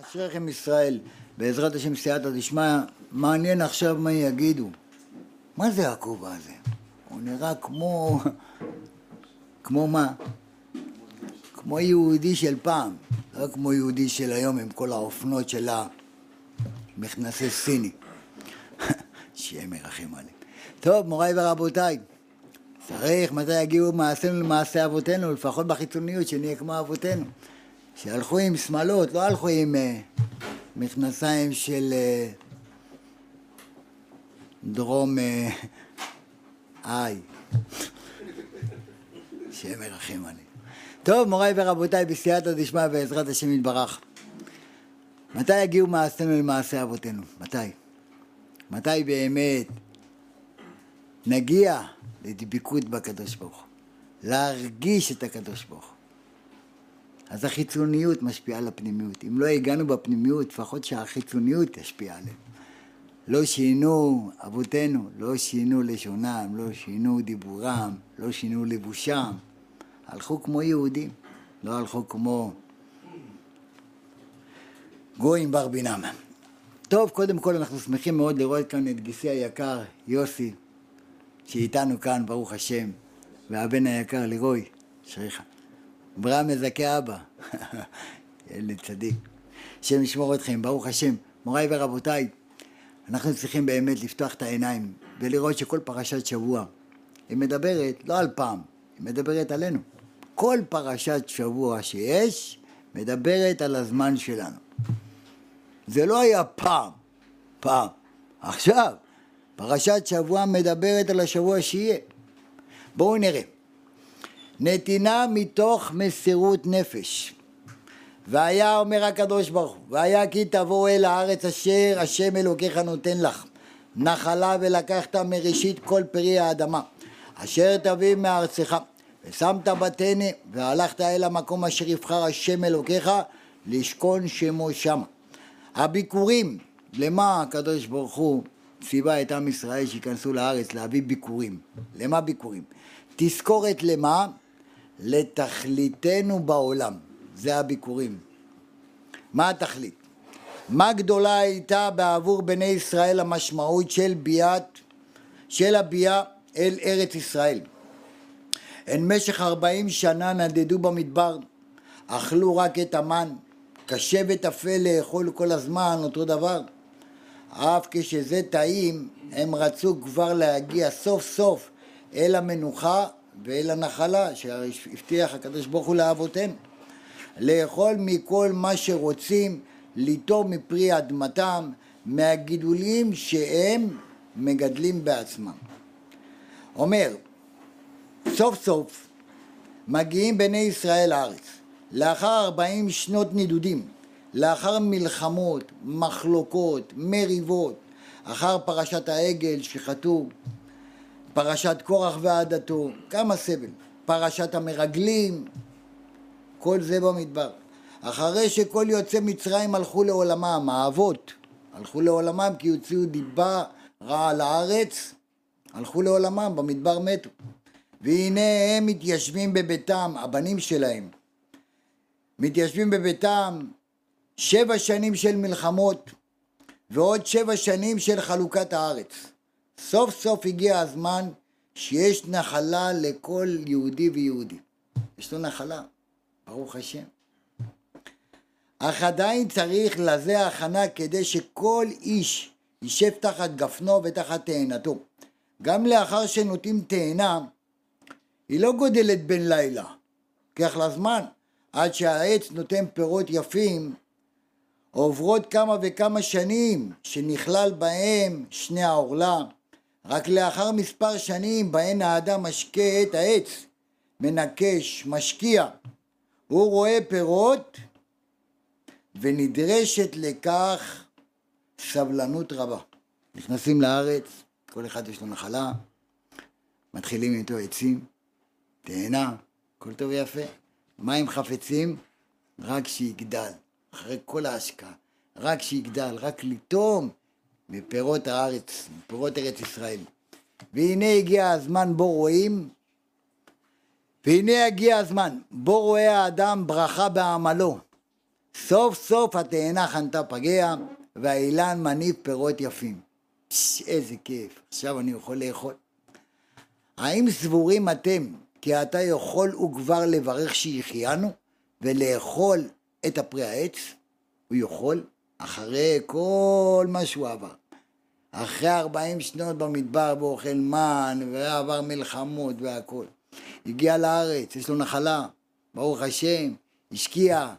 אשריכם ישראל, בעזרת השם סייעתא דשמיא. מעניין עכשיו מה יגידו. מה זה הכובע הזה? הוא נראה כמו מה? כמו יהודי של פעם, לא כמו יהודי של היום עם כל האופנות של המכנסי סיני. שיהיה מרחם עליהם. טוב, מוריי ורבותיי, צריך מתי יגיעו מעשינו למעשה אבותינו, לפחות בחיצוניות שנהיה כמו אבותינו, שהלכו עם שמלות, לא הלכו עם מכנסיים של דרום שיהיה מרחם עליהם. טוב, מוריי ורבותיי, בסייעתא דשמיא בעזרת השם יתברך, מתי יגיעו מעשינו למעשה אבותינו? מתי באמת נגיע לדבקות בקדוש ברוך הוא, להרגיש את הקדוש ברוך הוא? אז החיצוניות משפיעה על הפנימיות. אם לא הגענו בפנימיות, לפחות שהחיצוניות תשפיע עליהם. לא שינו אבותינו, לא שינו לשונם, לא שינו דיבורם, לא שינו לבושם. הלכו כמו יהודים, לא הלכו כמו גויים ברבינם. טוב, קודם כל אנחנו שמחים מאוד לראות כאן את גיסי היקר יוסי, שאיתנו כאן, ברוך השם, והבן היקר לירוי, שריך. ברם מזכה אבא, ילד צדיק. השם ישמור אתכם, ברוך השם. מוריי ורבותיי, אנחנו צריכים באמת לפתוח את העיניים ולראות שכל פרשת שבוע היא מדברת לא על פעם, היא מדברת עלינו. כל פרשת שבוע שיש מדברת על הזמן שלנו. זה לא היה פעם. עכשיו, פרשת שבוע מדברת על השבוע שיהיה. בואו נראה. נתינה מתוך מסירות נפש. והיה אומר הקדוש ברוך הוא, והיה כי תבואו אל הארץ אשר השם אלוקיך נותן לך, נחלה ולקחת מראשית כל פרי האדמה, אשר תביא מארצך, ושמת בתנה, והלכת אל המקום אשר יבחר השם אלוקיך, לשכון שמו שמה. הביקורים, למה הקדוש ברוך הוא ציווה את עם ישראל שיכנסו לארץ להביא ביקורים? למה ביקורים? תזכורת למה? לתכליתנו בעולם. זה הביקורים. מה התכלית? מה גדולה הייתה בעבור בני ישראל המשמעות של הביאה אל ארץ ישראל? הן משך 40 שנה נדדו במדבר, אכלו רק את המן, קשה וטפל לאכול כל הזמן אותו דבר. אף כשזה טעים, הם רצו כבר להגיע סוף סוף אל המנוחה ואל הנחלה שהבטיח הקדוש ברוך הוא לאבותינו. לאכול מכל מה שרוצים, ליטום מפרי אדמתם, מהגידולים שהם מגדלים בעצמם. אומר, סוף סוף מגיעים בני ישראל לארץ, לאחר 40 שנות נידודים, לאחר מלחמות, מחלוקות, מריבות, אחר פרשת העגל שחטו, פרשת קורח ועדתו, כמה סבל, פרשת המרגלים, כל זה במדבר. אחרי שכל יוצא מצרים הלכו לעולמם, האבות הלכו לעולמם כי יוציאו דיבה רע על הארץ, הלכו לעולמם, במדבר מתו. והנה הם מתיישבים בביתם, הבנים שלהם מתיישבים בביתם 7 שנים של מלחמות ועוד 7 שנים של חלוקת הארץ. סוף סוף הגיע הזמן שיש נחלה לכל יהודי ויהודי. יש לו נחלה, ברוך השם. אך עדיין צריך לזה הכנה כדי שכל איש יישב תחת גפנו ותחת תאנתו. גם לאחר שנוטים תאנה, היא לא גודלת בין לילה, כך לזמן, עד שהעץ נותן פירות יפים, עוברות כמה וכמה שנים שנכלל בהם שני העורלה, רק לאחר מספר שנים בהן האדם משקה את העץ, מנקש, משקיע, הוא רואה פירות ונדרשת לכך סבלנות רבה. נכנסים לארץ, כל אחד יש לו נחלה, מתחילים איתו עצים, תאנה, כל טוב ויפה. מים חפצים, רק שיגדל, אחרי כל ההשקעה, רק שיגדל, רק לטום מפירות הארץ, מפירות ארץ ישראל. והנה הגיע הזמן בו רואה האדם ברכה בעמלו, סוף סוף התאנה חנתה פגע, והאילן מניב פירות יפים. איזה כיף, עכשיו אני יכול לאכול. האם סבורים אתם כי אתה יכול וכבר לברך שיחיינו ולאכול את הפרי העץ? הוא יכול אחרי כל מה שהוא עבר. אחרי 40 שנות במדבר ואוכל מן ועבר מלחמות והכל. הגיע לארץ, יש לו נחלה, ברוך השם, השקיע,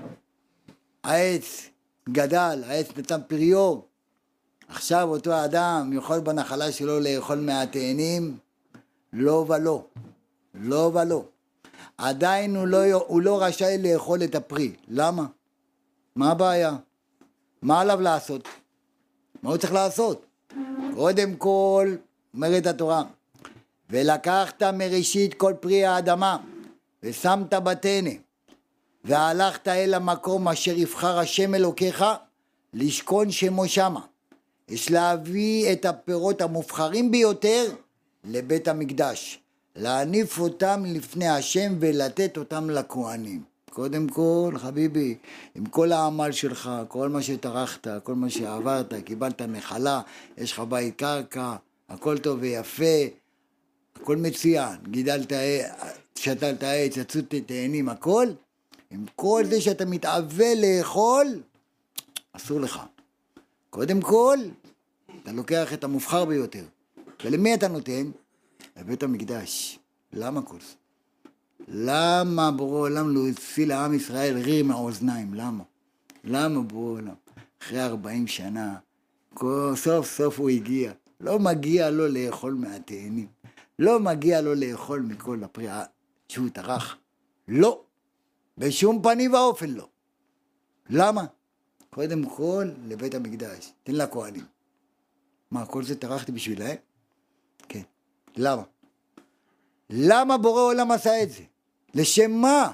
העץ גדל, העץ נתן פריו. עכשיו אותו האדם יכול בנחלה שלו לאכול מהתאנים? לא ולא, לא ולא. עדיין הוא לא רשאי לאכול את הפרי. למה? מה הבעיה? מה עליו לעשות? מה הוא צריך לעשות? קודם כל, אומרת התורה, ולקחת מראשית כל פרי האדמה, ושמת בתנה, והלכת אל המקום אשר יבחר השם אלוקיך, לשכון שמו שמה. יש להביא את הפירות המובחרים ביותר לבית המקדש, להניף אותם לפני השם ולתת אותם לכהנים. קודם כל, חביבי, עם כל העמל שלך, כל מה שטרחת, כל מה שעברת, קיבלת נחלה, יש לך בית קרקע, הכל טוב ויפה, הכל מצוין, גידלת, שתלת עץ, יצאת תאנים, הכל, עם כל זה שאתה מתאווה לאכול, אסור לך. קודם כל, אתה לוקח את המובחר ביותר. ולמי אתה נותן? לבית המקדש. למה כל זה? למה בורא עולם לא הוציא לעם ישראל ריר מהאוזניים? למה? למה בורא עולם? אחרי 40 שנה, סוף סוף הוא הגיע. לא מגיע לו לאכול מהתאנים. לא מגיע לו לאכול מכל הפרי שהוא טרח. לא. בשום פנים ואופן לא. למה? קודם כל לבית המקדש. תן לכהנים. מה, כל זה טרחתי בשבילהם? כן. למה? למה בורא עולם עשה את זה? לשם מה?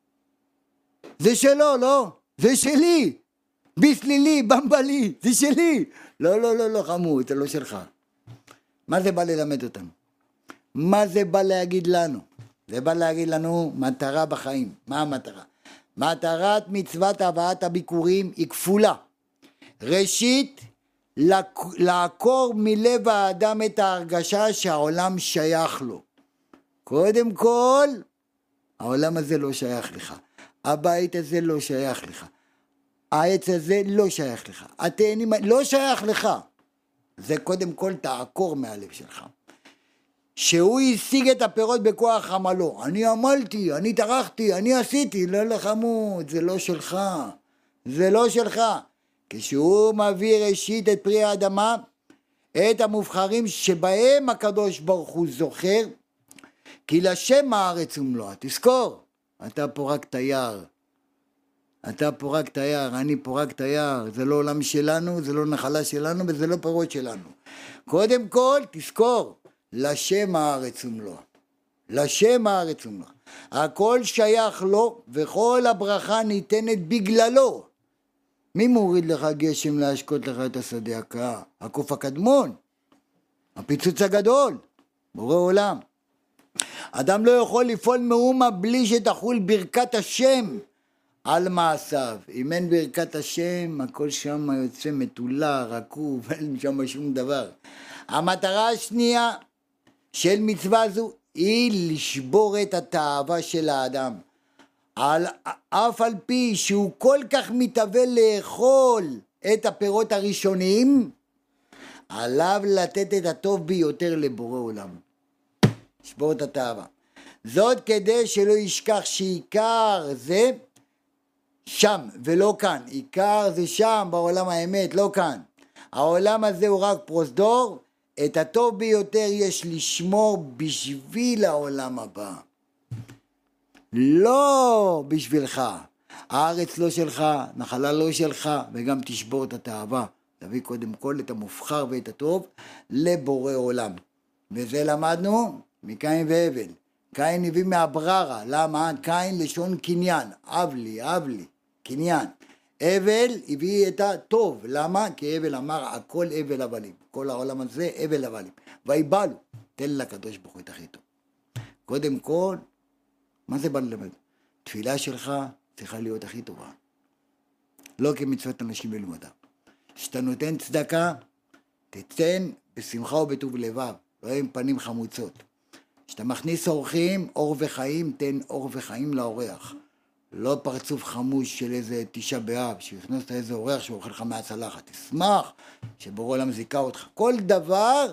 זה שלו, לא? זה שלי. בסלילי, במבלי, זה שלי. לא, לא, לא, לא, חמוד, זה לא שלך. מה זה בא ללמד אותם? מה זה בא להגיד לנו? זה בא להגיד לנו מטרה בחיים. מה המטרה? מטרת מצוות הבאת הביקורים היא כפולה. ראשית, לעקור מלב האדם את ההרגשה שהעולם שייך לו. קודם כל, העולם הזה לא שייך לך. הבית הזה לא שייך לך. העץ הזה לא שייך לך. התאנים לא שייך לך. זה קודם כל תעקור מהלב שלך. שהוא השיג את הפירות בכוח עמלו. אני עמלתי, אני טרחתי, אני עשיתי. לא לחמוד, זה לא שלך. זה לא שלך. כשהוא מביא ראשית את פרי האדמה, את המובחרים שבהם הקדוש ברוך הוא זוכר, כי לשם הארץ ומלואה. תזכור, אתה פה רק תייר. אתה פה רק תייר, אני פה רק תייר. זה לא עולם שלנו, זה לא נחלה שלנו וזה לא פירות שלנו. קודם כל, תזכור, לשם הארץ ומלואה. לשם הארץ ומלואה. הכל שייך לו וכל הברכה ניתנת בגללו. מי מוריד לך גשם להשקות לך את השדה הקר? הקוף הקדמון, הפיצוץ הגדול, בורא עולם. אדם לא יכול לפעול מאומה בלי שתחול ברכת השם על מעשיו. אם אין ברכת השם, הכל שם יוצא מתולה, רקוב, אין שם שום דבר. המטרה השנייה של מצווה זו היא לשבור את התאווה של האדם. אף על פי שהוא כל כך מתאווה לאכול את הפירות הראשונים, עליו לתת את הטוב ביותר לבורא עולם. לשבור את התאווה. זאת כדי שלא ישכח שעיקר זה שם ולא כאן. עיקר זה שם בעולם האמת, לא כאן. העולם הזה הוא רק פרוזדור, את הטוב ביותר יש לשמור בשביל העולם הבא. לא בשבילך. הארץ לא שלך, נחלה לא שלך, וגם תשבור את התאווה. תביא קודם כל את המובחר ואת הטוב לבורא עולם. וזה למדנו מקין והבל. קין הביא מהבררה. למה? קין לשון קניין. אב לי, קניין. הבל הביא את הטוב. למה? כי הבל אמר הכל הבל הבלים. כל העולם הזה הבל הבלים. ויבלו. תן לקדוש ברוך הוא את הכי טוב. קודם כל, מה זה בא ללמד? תפילה שלך צריכה להיות הכי טובה. לא כמצוות אנשים מלומדה. כשאתה נותן צדקה, תתן בשמחה ובטוב לבב, לא עם פנים חמוצות. כשאתה מכניס אורחים, אור וחיים, תן אור וחיים לאורח. לא פרצוף חמוש של איזה תשעה באב, שהכנסת איזה אורח שאוכל לך מהצלחת. תשמח שבורא עולם זיכה אותך. כל דבר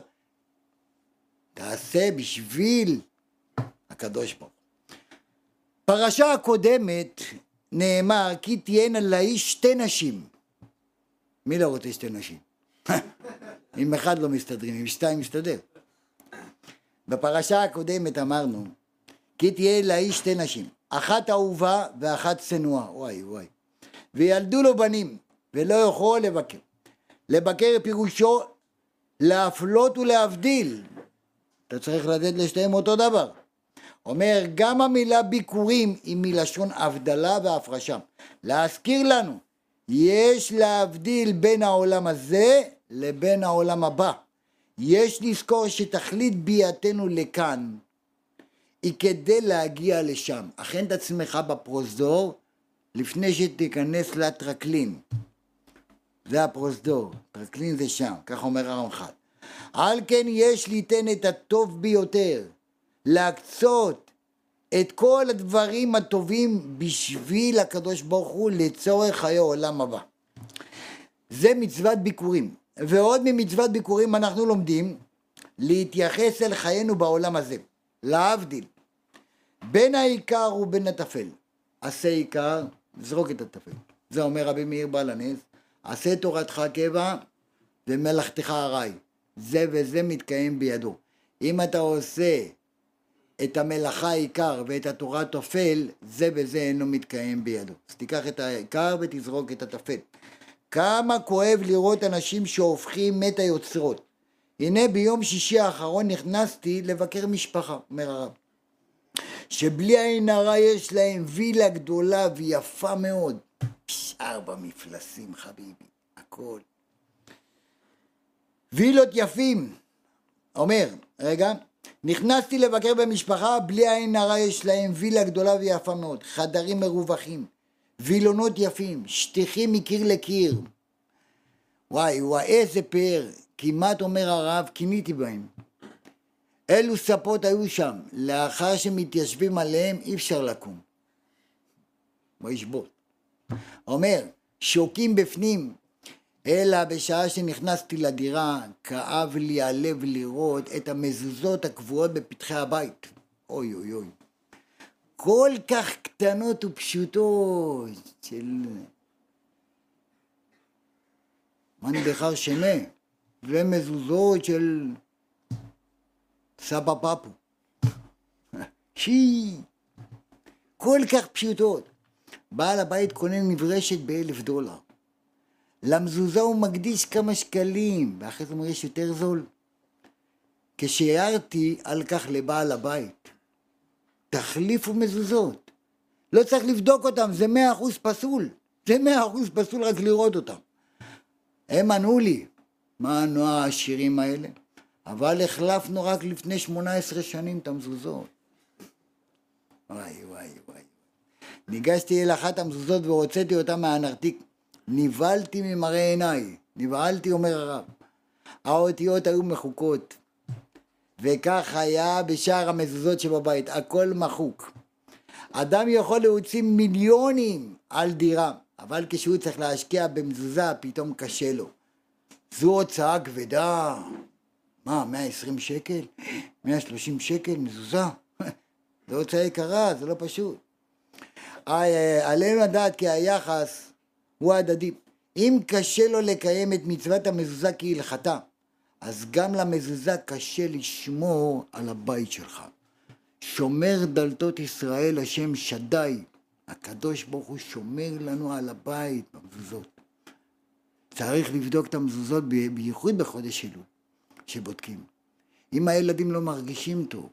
תעשה בשביל הקדוש ברוך. פרשה הקודמת נאמר כי תהיינה לאיש שתי נשים. מי לא רוצה שתי נשים? אם אחד לא מסתדרים, אם שתיים מסתדר. בפרשה הקודמת אמרנו כי תהיה לאיש שתי נשים, אחת אהובה ואחת צנועה. וואי וואי. וילדו לו בנים ולא יכול לבקר. לבקר פירושו להפלות ולהבדיל. אתה צריך לתת לשתיהם אותו דבר. אומר גם המילה ביקורים היא מלשון הבדלה והפרשה. להזכיר לנו, יש להבדיל בין העולם הזה לבין העולם הבא. יש לזכור שתכלית ביאתנו לכאן היא כדי להגיע לשם. הכן את עצמך בפרוזדור לפני שתיכנס לטרקלין. זה הפרוזדור, טרקלין זה שם, כך אומר הרמח"ל. על כן יש ליתן את הטוב ביותר, להקצות את כל הדברים הטובים בשביל הקדוש ברוך הוא לצורך חיי העולם הבא. זה מצוות ביקורים. ועוד ממצוות ביקורים אנחנו לומדים להתייחס אל חיינו בעולם הזה, להבדיל בין העיקר ובין הטפל. עשה עיקר, זרוק את הטפל. זה אומר רבי מאיר בעל הנס, עשה תורתך קבע ומלאכתך ארעי. זה וזה מתקיים בידו. אם אתה עושה את המלאכה העיקר ואת התורה טופל, זה וזה אינו מתקיים בידו. אז תיקח את העיקר ותזרוק את הטפל. כמה כואב לראות אנשים שהופכים את היוצרות. הנה ביום שישי האחרון נכנסתי לבקר משפחה, אומר הרב, שבלי עין הרע יש להם וילה גדולה ויפה מאוד. 4 מפלסים חביבי, הכל. וילות יפים. אומר, רגע, נכנסתי לבקר במשפחה, בלי עין הרע יש להם וילה גדולה ויפה מאוד, חדרים מרווחים, וילונות יפים, שטיחים מקיר לקיר. וואי, איזה פאר, כמעט אומר הרב, קיניתי בהם. אלו ספות היו שם, לאחר שמתיישבים עליהם אי אפשר לקום. בוא ישבות. אומר, שוקים בפנים, אלא בשעה שנכנסתי לדירה, כאב לי הלב לראות את המזוזות הקבועות בפתחי הבית. אוי אוי אוי. כל כך קטנות ופשוטות של מן בכר שמה, ומזוזות של סבא פפו. כל כך פשוטות. בעל הבית קונה נברשת ב$1,000. למזוזה הוא מקדיש כמה שקלים, ואחרי זה אומר יש יותר זול. כשהערתי על כך לבעל הבית, תחליפו מזוזות. לא צריך לבדוק אותם, זה 100% פסול. זה 100% פסול רק לראות אותם. הם ענו לי, מה ענו העשירים האלה? אבל החלפנו רק לפני 18 שנים את המזוזות. וואי וואי וואי. ניגשתי אל אחת המזוזות והוצאתי אותה מהנרתיק. נבהלתי ממראה עיניי. נבהלתי, אומר הרב. האותיות היו מחוקות. וכך היה בשאר המזוזות שבבית. הכל מחוק. אדם יכול להוציא מיליונים על דירה. אבל כשהוא צריך להשקיע במזוזה, פתאום קשה לו. זו הוצאה כבדה. מה, 120 שקל? 130 שקל מזוזה? זו הוצאה יקרה, זה לא פשוט. עלינו לדעת כי היחס הוא הדדי. אם קשה לו לקיים את מצוות המזוזה כהלכתה, אז גם למזוזה קשה לשמור על הבית שלך. שומר דלתות ישראל השם שדי. הקדוש ברוך הוא שומר לנו על הבית במזוזות. צריך לבדוק את המזוזות בייחוד בחודש אלול, שבודקים. אם הילדים לא מרגישים טוב,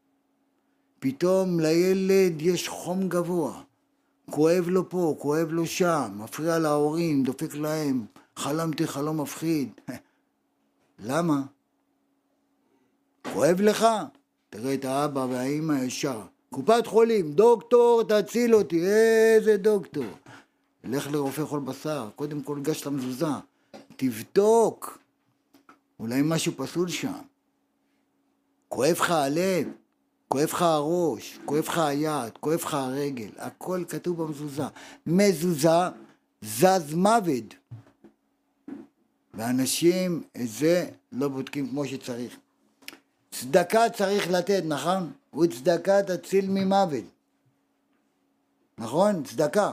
פתאום לילד יש חום גבוה, כואב לו פה, כואב לו שם, מפריע להורים, דופק להם, חלמתי חלום מפחיד. למה? כואב לך? תראה את האבא והאמא ישר. קופת חולים, דוקטור תציל אותי, איזה דוקטור. לך לרופא חול בשר, קודם כל גש למזוזה, תבדוק, אולי משהו פסול שם. כואב לך הלב, כואב לך הראש, כואב לך היד, כואב לך הרגל, הכל כתוב במזוזה. מזוזה זז מוות. ואנשים את זה לא בודקים כמו שצריך. צדקה צריך לתת, נכון? וצדקה תציל ממוות. נכון? צדקה.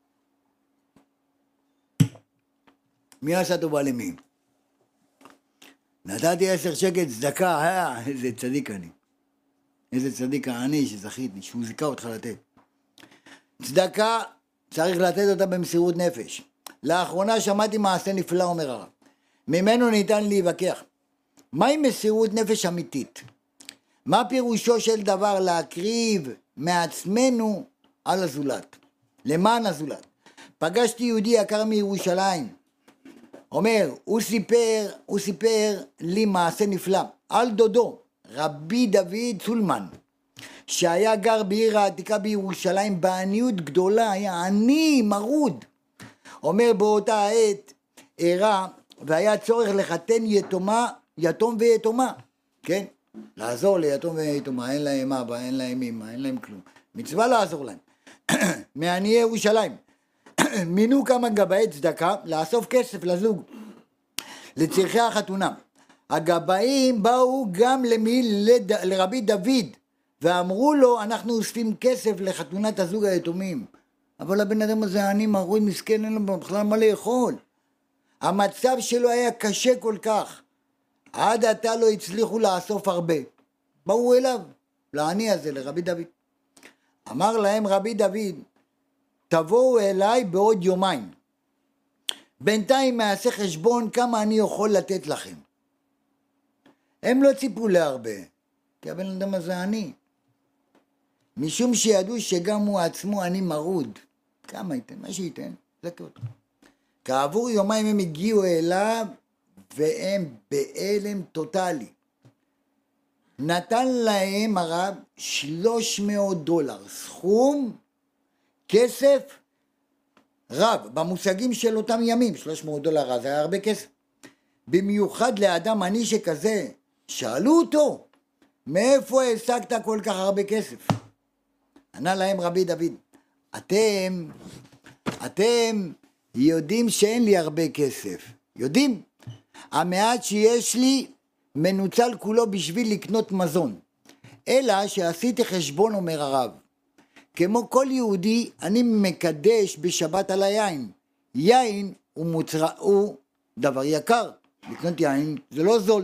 מי עשה טובה למי? נתתי 10 שקל צדקה, איזה צדיק אני. איזה צדיק אני שזכיתי, שהוא זיכה אותך לתת. צדקה צריך לתת אותה במסירות נפש. לאחרונה שמעתי מעשה נפלא, אומר הרב. ממנו ניתן להיווכח. מהי מסירות נפש אמיתית? מה פירושו של דבר להקריב מעצמנו על הזולת? למען הזולת. פגשתי יהודי יקר מירושלים. אומר, הוא סיפר לי מעשה נפלא. על דודו, רבי דוד סולמן, שהיה גר בעיר העתיקה בירושלים בעניות גדולה, היה עני מרוד. אומר, באותה העת אירע והיה צורך לחתן יתום ויתומה, כן? לעזור ליתום ויתומה, אין להם אבא, אין להם אמא, אין להם כלום. מצווה לעזור להם. מעניי ירושלים. מינו כמה גבאי צדקה לאסוף כסף לזוג, לצרכי החתונה. הגבאים באו גם לרבי דוד, ואמרו לו, אנחנו אוספים כסף לחתונת הזוג היתומים. אבל הבן אדם הזה עני מרוד מסכן, אין לו בכלל מה לאכול. המצב שלו היה קשה כל כך. עד עתה לא הצליחו לאסוף הרבה. באו אליו, לעני הזה, לרבי דוד. אמר להם רבי דוד, תבואו אליי בעוד יומיים. בינתיים מעשה חשבון כמה אני יכול לתת לכם. הם לא ציפו להרבה, כי הבן אדם הזה עני. משום שידעו שגם הוא עצמו עני מרוד. כמה ייתן? מה שייתן? זכה אותו. כעבור יומיים הם הגיעו אליו, והם בהלם טוטלי. נתן להם הרב $300, סכום כסף רב, במושגים של אותם ימים. $300, אז היה הרבה כסף. במיוחד לאדם עני שכזה, שאלו אותו, מאיפה השגת כל כך הרבה כסף? ענה להם רבי דוד, אתם יודעים שאין לי הרבה כסף, יודעים? המעט שיש לי מנוצל כולו בשביל לקנות מזון, אלא שעשיתי חשבון, אומר הרב, כמו כל יהודי אני מקדש בשבת על היין. יין הוא דבר יקר, לקנות יין זה לא זול.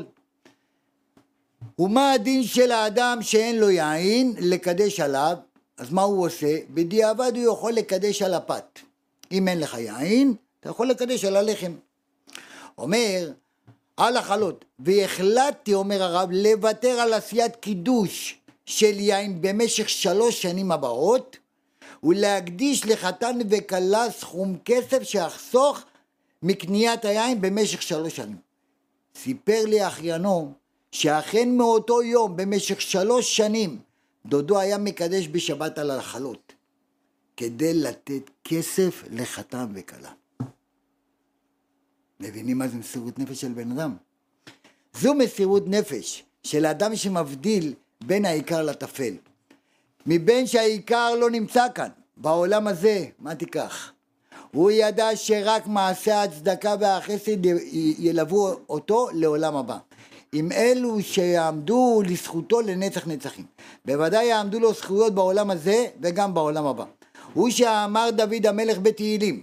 ומה הדין של האדם שאין לו יין לקדש עליו? אז מה הוא עושה? בדיעבד הוא יכול לקדש על הפת. אם אין לך יין, אתה יכול לקדש על הלחם. אומר, על החלות, והחלטתי, אומר הרב, לוותר על עשיית קידוש של יין במשך 3 שנים הבאות, ולהקדיש לחתן וכלה סכום כסף שיחסוך מקניית היין במשך 3 שנים. סיפר לי אחיינו, שאכן מאותו יום במשך 3 שנים, דודו היה מקדש בשבת על החלות, כדי לתת כסף לחתן וכלה. מבינים מה זה מסירות נפש של בן אדם? זו מסירות נפש של אדם שמבדיל בין העיקר לטפל. מבין שהעיקר לא נמצא כאן, בעולם הזה, מה תיקח? הוא ידע שרק מעשה הצדקה והחסד ילוו אותו לעולם הבא. עם אלו שיעמדו לזכותו לנצח נצחים. בוודאי יעמדו לו זכויות בעולם הזה וגם בעולם הבא. הוא שאמר דוד המלך בתהילים,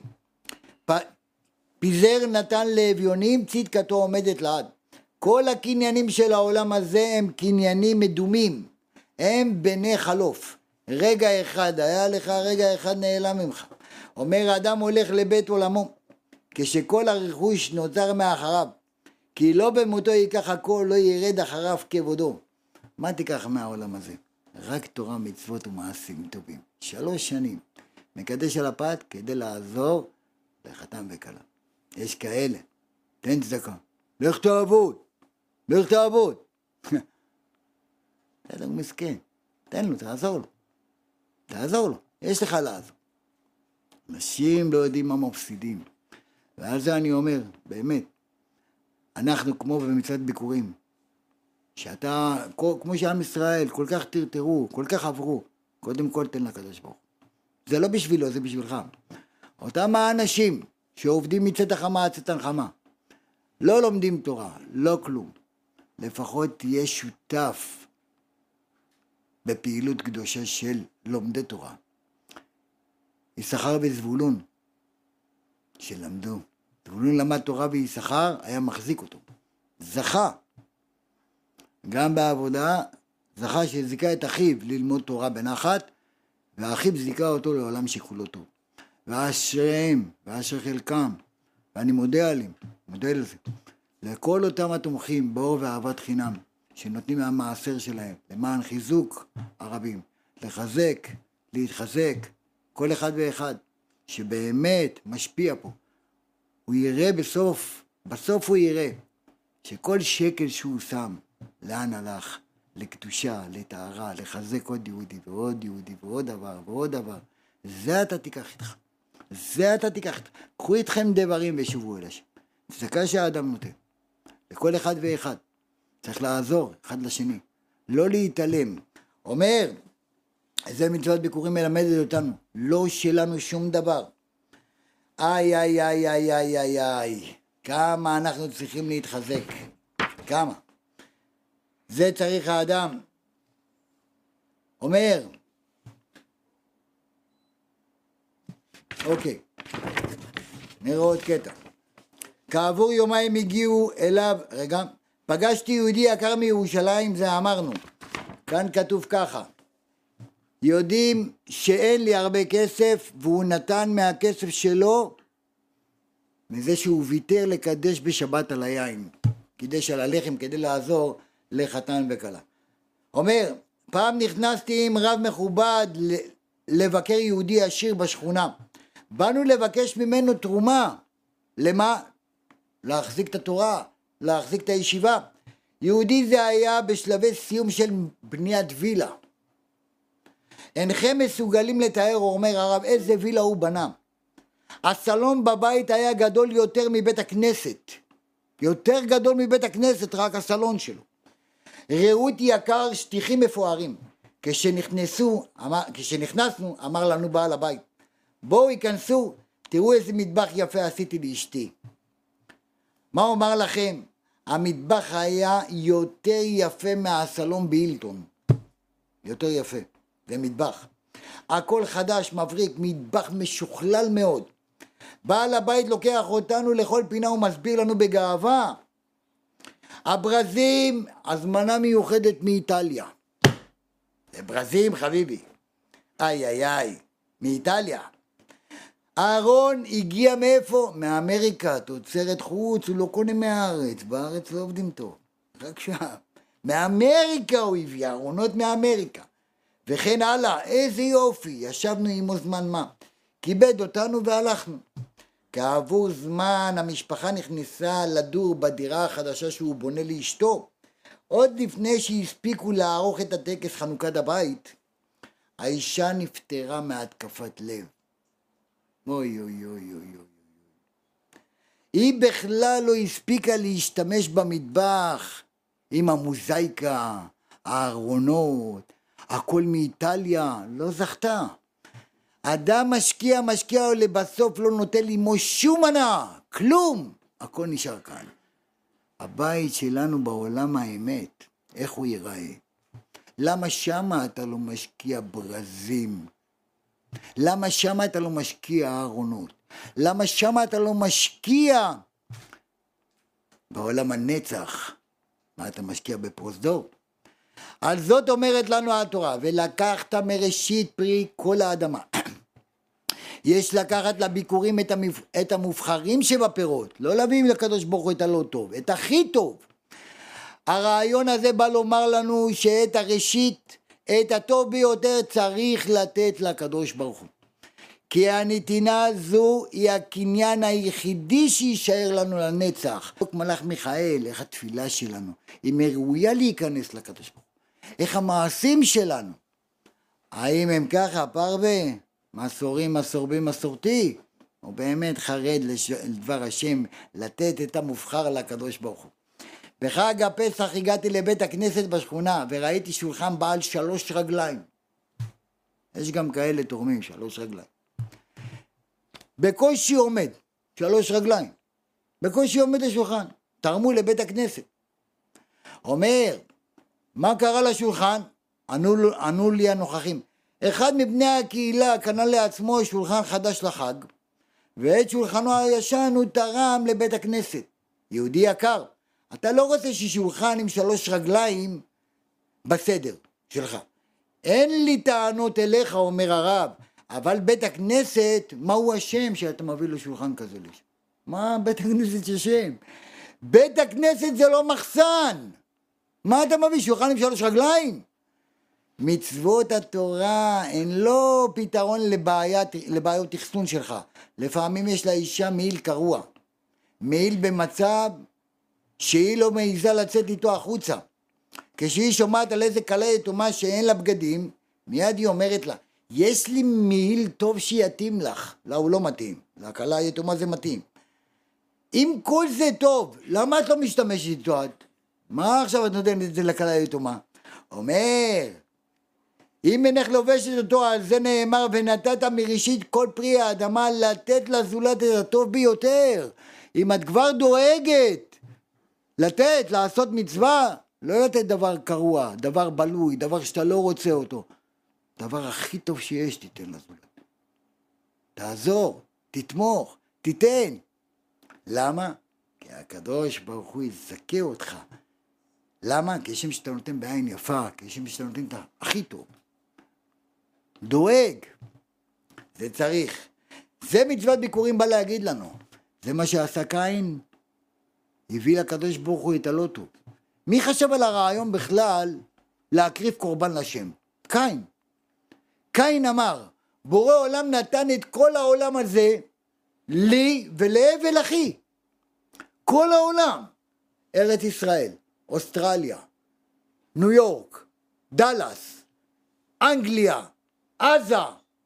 פיזר נתן לאביונים, צדקתו עומדת לעד. כל הקניינים של העולם הזה הם קניינים מדומים, הם בני חלוף. רגע אחד היה לך, רגע אחד נעלם ממך. אומר אדם הולך לבית עולמו, כשכל הרכוש נוצר מאחריו, כי לא במותו ייקח הכל, לא ירד אחריו כבודו. מה תיקח מהעולם הזה? רק תורה, מצוות ומעשים טובים. 3 שנים מקדש על הפת כדי לעזור לחתן וכלה. יש כאלה, תן צדקה, לך תעבוד, לך תעבוד. הוא מסכן, תן לו, תעזור לו, יש לך לעזור. אנשים לא יודעים מה מפסידים. ועל זה אני אומר, באמת, אנחנו כמו במצוות ביקורים, שאתה, כמו שעם ישראל, כל כך טרטרו, כל כך עברו, קודם כל תן לקדוש ברוך. זה לא בשבילו, זה בשבילך. אותם האנשים שעובדים מצאת החמה עד צאת הנחמה, לא לומדים תורה, לא כלום. לפחות תהיה שותף בפעילות קדושה של לומדי תורה. יששכר וזבולון שלמדו. זבולון למד תורה ויששכר היה מחזיק אותו. זכה. גם בעבודה זכה שזיכה את אחיו ללמוד תורה בנחת, והאחיו זיכה אותו לעולם שכולו טוב. ואשריהם, ואשר חלקם, ואני מודה עליהם, מודה לזה, לכל אותם התומכים באור ואהבת חינם, שנותנים מהמעשר שלהם, למען חיזוק הרבים, לחזק, להתחזק, כל אחד ואחד, שבאמת משפיע פה. הוא יראה בסוף הוא יראה, שכל שקל שהוא שם, לאן הלך? לקדושה, לטהרה, לחזק עוד יהודי ועוד יהודי ועוד דבר ועוד דבר. זה אתה תיקח איתך. זה אתה תיקח איתך. קחו איתכם דברים ושובו אל השם. צדקה שהאדם נותן. לכל אחד ואחד. צריך לעזור אחד לשני. לא להתעלם. אומר, זה מצוות ביקורים מלמדת אותנו. לא שלנו שום דבר. איי, איי, איי, איי, איי, איי, איי. כמה אנחנו צריכים להתחזק. כמה. זה צריך האדם. אומר, אוקיי, נראה עוד קטע. כעבור יומיים הגיעו אליו, רגע, פגשתי יהודי יקר מירושלים, זה אמרנו. כאן כתוב ככה, יודעים שאין לי הרבה כסף, והוא נתן מהכסף שלו, מזה שהוא ויתר לקדש בשבת על היין, קידש על הלחם כדי לעזור לחתן וכלה. אומר, פעם נכנסתי עם רב מכובד לבקר יהודי עשיר בשכונה. באנו לבקש ממנו תרומה. למה? להחזיק את התורה, להחזיק את הישיבה. יהודי זה היה בשלבי סיום של בניית וילה. אינכם מסוגלים לתאר, אומר הרב, איזה וילה הוא בנה. הסלון בבית היה גדול יותר מבית הכנסת. יותר גדול מבית הכנסת, רק הסלון שלו. ראות יקר, שטיחים מפוארים. כשנכנסנו, אמר לנו בעל הבית, בואו ייכנסו, תראו איזה מטבח יפה עשיתי לאשתי. מה אומר לכם? המטבח היה יותר יפה מהסלון בהילטון. יותר יפה, זה מטבח. הכל חדש, מבריק, מטבח משוכלל מאוד. בעל הבית לוקח אותנו לכל פינה ומסביר לנו בגאווה. הברזים, הזמנה מיוחדת מאיטליה. זה ברזים חביבי. איי איי איי, מאיטליה. הארון הגיע מאיפה? מאמריקה, תוצרת חוץ, הוא לא קונה מהארץ, בארץ לא עובדים טוב. רק שם. מאמריקה הוא הביא, ארונות מאמריקה. וכן הלאה, איזה יופי, ישבנו עמו זמן מה. כיבד אותנו והלכנו. כעבור זמן המשפחה נכנסה לדור בדירה החדשה שהוא בונה לאשתו. עוד לפני שהספיקו לערוך את הטקס חנוכת הבית, האישה נפטרה מהתקפת לב. אוי אוי אוי אוי אוי. היא בכלל לא הספיקה להשתמש במטבח עם המוזאיקה, הארונות, הכל מאיטליה, לא זכתה. אדם משקיע ולבסוף לא נותן לימו שום מנה, כלום, הכל נשאר כאן. הבית שלנו בעולם האמת, איך הוא ייראה? למה שמה אתה לא משקיע ברזים? למה שמה אתה לא משקיע ארונות? למה שמה אתה לא משקיע בעולם הנצח? מה אתה משקיע בפרוזדור? על זאת אומרת לנו התורה, ולקחת מראשית פרי כל האדמה. יש לקחת לביקורים את המובחרים שבפירות, לא להביא לקדוש ברוך הוא את הלא טוב, את הכי טוב. הרעיון הזה בא לומר לנו שאת הראשית, את הטוב ביותר צריך לתת לקדוש ברוך הוא. כי הנתינה הזו היא הקניין היחידי שישאר לנו לנצח. מלאך מיכאל, איך התפילה שלנו, היא ראויה להיכנס לקדוש ברוך הוא. איך המעשים שלנו, האם הם ככה פרווה? מסורתי, הוא באמת חרד לדבר השם, לתת את המובחר לקדוש ברוך הוא. בחג הפסח הגעתי לבית הכנסת בשכונה, וראיתי שולחן בעל 3 רגליים. יש גם כאלה תורמים, 3 רגליים. בקושי עומד, 3 רגליים. בקושי עומד השולחן, תרמו לבית הכנסת. אומר, מה קרה לשולחן? ענו לי הנוכחים. אחד מבני הקהילה קנה לעצמו שולחן חדש לחג, ואת שולחנו הישן הוא תרם לבית הכנסת. יהודי יקר, אתה לא רוצה ששולחן עם 3 רגליים בסדר שלך. אין לי טענות אליך, אומר הרב, אבל בית הכנסת, מהו השם שאתה מביא לו שולחן כזה לשם? מה בית הכנסת השם? בית הכנסת זה לא מחסן. מה אתה מביא, שולחן עם 3 רגליים? מצוות התורה הן לא פתרון לבעיות אחסון שלך. לפעמים יש לאישה מעיל קרוע. מעיל במצב שהיא לא מעיזה לצאת איתו החוצה. כשהיא שומעת על איזה כלה יתומה שאין לה בגדים, מיד היא אומרת לה, יש לי מעיל טוב שיתאים לך. לא, הוא לא מתאים. לכלה היתומה זה מתאים. אם כל זה טוב, למה את לא משתמשת איתו את? מה עכשיו את נותנת את זה לכלה היתומה? אומר, אם אינך לובשת אותו, על זה נאמר, ונתת מראשית כל פרי האדמה לתת לזולת את הטוב ביותר. אם את כבר דואגת לתת, לעשות מצווה, לא לתת דבר קרוע, דבר בלוי, דבר שאתה לא רוצה אותו. דבר הכי טוב שיש תיתן לזולת. תעזור, תתמוך, תיתן. למה? כי הקדוש ברוך הוא יזכה אותך. למה? כשם שאתה נותן בעין יפה, כשם שאתה נותן את הכי טוב. דואג. זה צריך. זה מצוות ביקורים בא להגיד לנו. זה מה שעשה קין. הביא לקדוש ברוך הוא את הלא טוב. מי חשב על הרעיון בכלל להקריב קורבן לשם? קין. קין אמר, בורא עולם נתן את כל העולם הזה לי ולהבל אחי. כל העולם. ארץ ישראל, אוסטרליה, ניו יורק, דלס, אנגליה, עזה,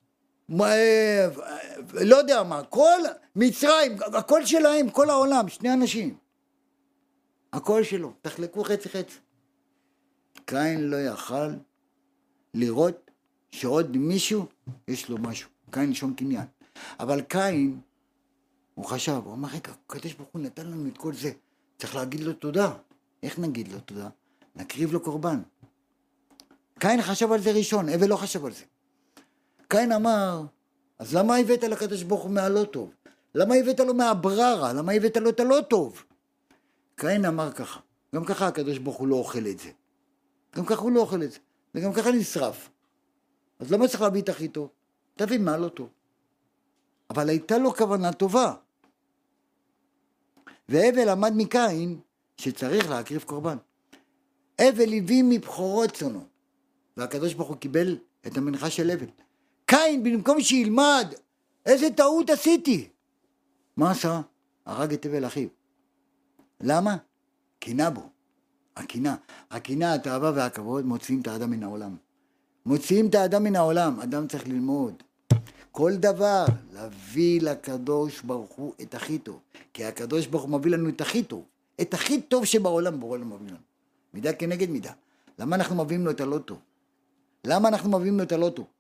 לא יודע מה, כל מצרים, הכל שלהם, כל העולם, 2 אנשים. הכל שלו, תחלקו חצי חצי. קין לא יכל לראות שעוד מישהו יש לו משהו. קין שום קניין. אבל קין, הוא חשב, הוא אמר, רגע, הקדוש ברוך הוא נתן לנו את כל זה. צריך להגיד לו תודה. איך נגיד לו תודה? נקריב לו קורבן. קין חשב על זה ראשון, הבל לא חשב על זה. קין אמר, אז למה הבאת לקדוש ברוך הוא מהלא טוב? למה הבאת לו מהבררה? למה הבאת לו את הלא טוב? קין אמר ככה, גם ככה הקדוש ברוך הוא לא אוכל את זה. גם ככה הוא לא אוכל את זה. וגם ככה נשרף. אז למה צריך להביא את הכי טוב? תביא מהלא טוב. אבל הייתה לו כוונה טובה. והבל למד מקין שצריך להקריב קורבן. הבל הביא מבחורות צונו. והקדוש ברוך הוא קיבל את המנחה של הבל. קין במקום שילמד, איזה טעות עשיתי. מה עשה? הרג את הבל אחיו. למה? קינה בו. הקינה, התאווה והכבוד מוציאים את האדם מן העולם. מוציאים את האדם מן העולם. אדם צריך ללמוד. כל דבר, להביא לקדוש ברוך הוא את הכי טוב. כי הקדוש ברוך הוא מביא לנו את הכי טוב. את הכי טוב שבעולם ברוך הוא מביא לנו. מידה כנגד מידה. למה אנחנו מביאים לו את הלא טוב? למה אנחנו מביאים לו את הלא טוב?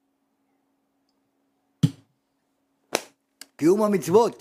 קיום המצוות.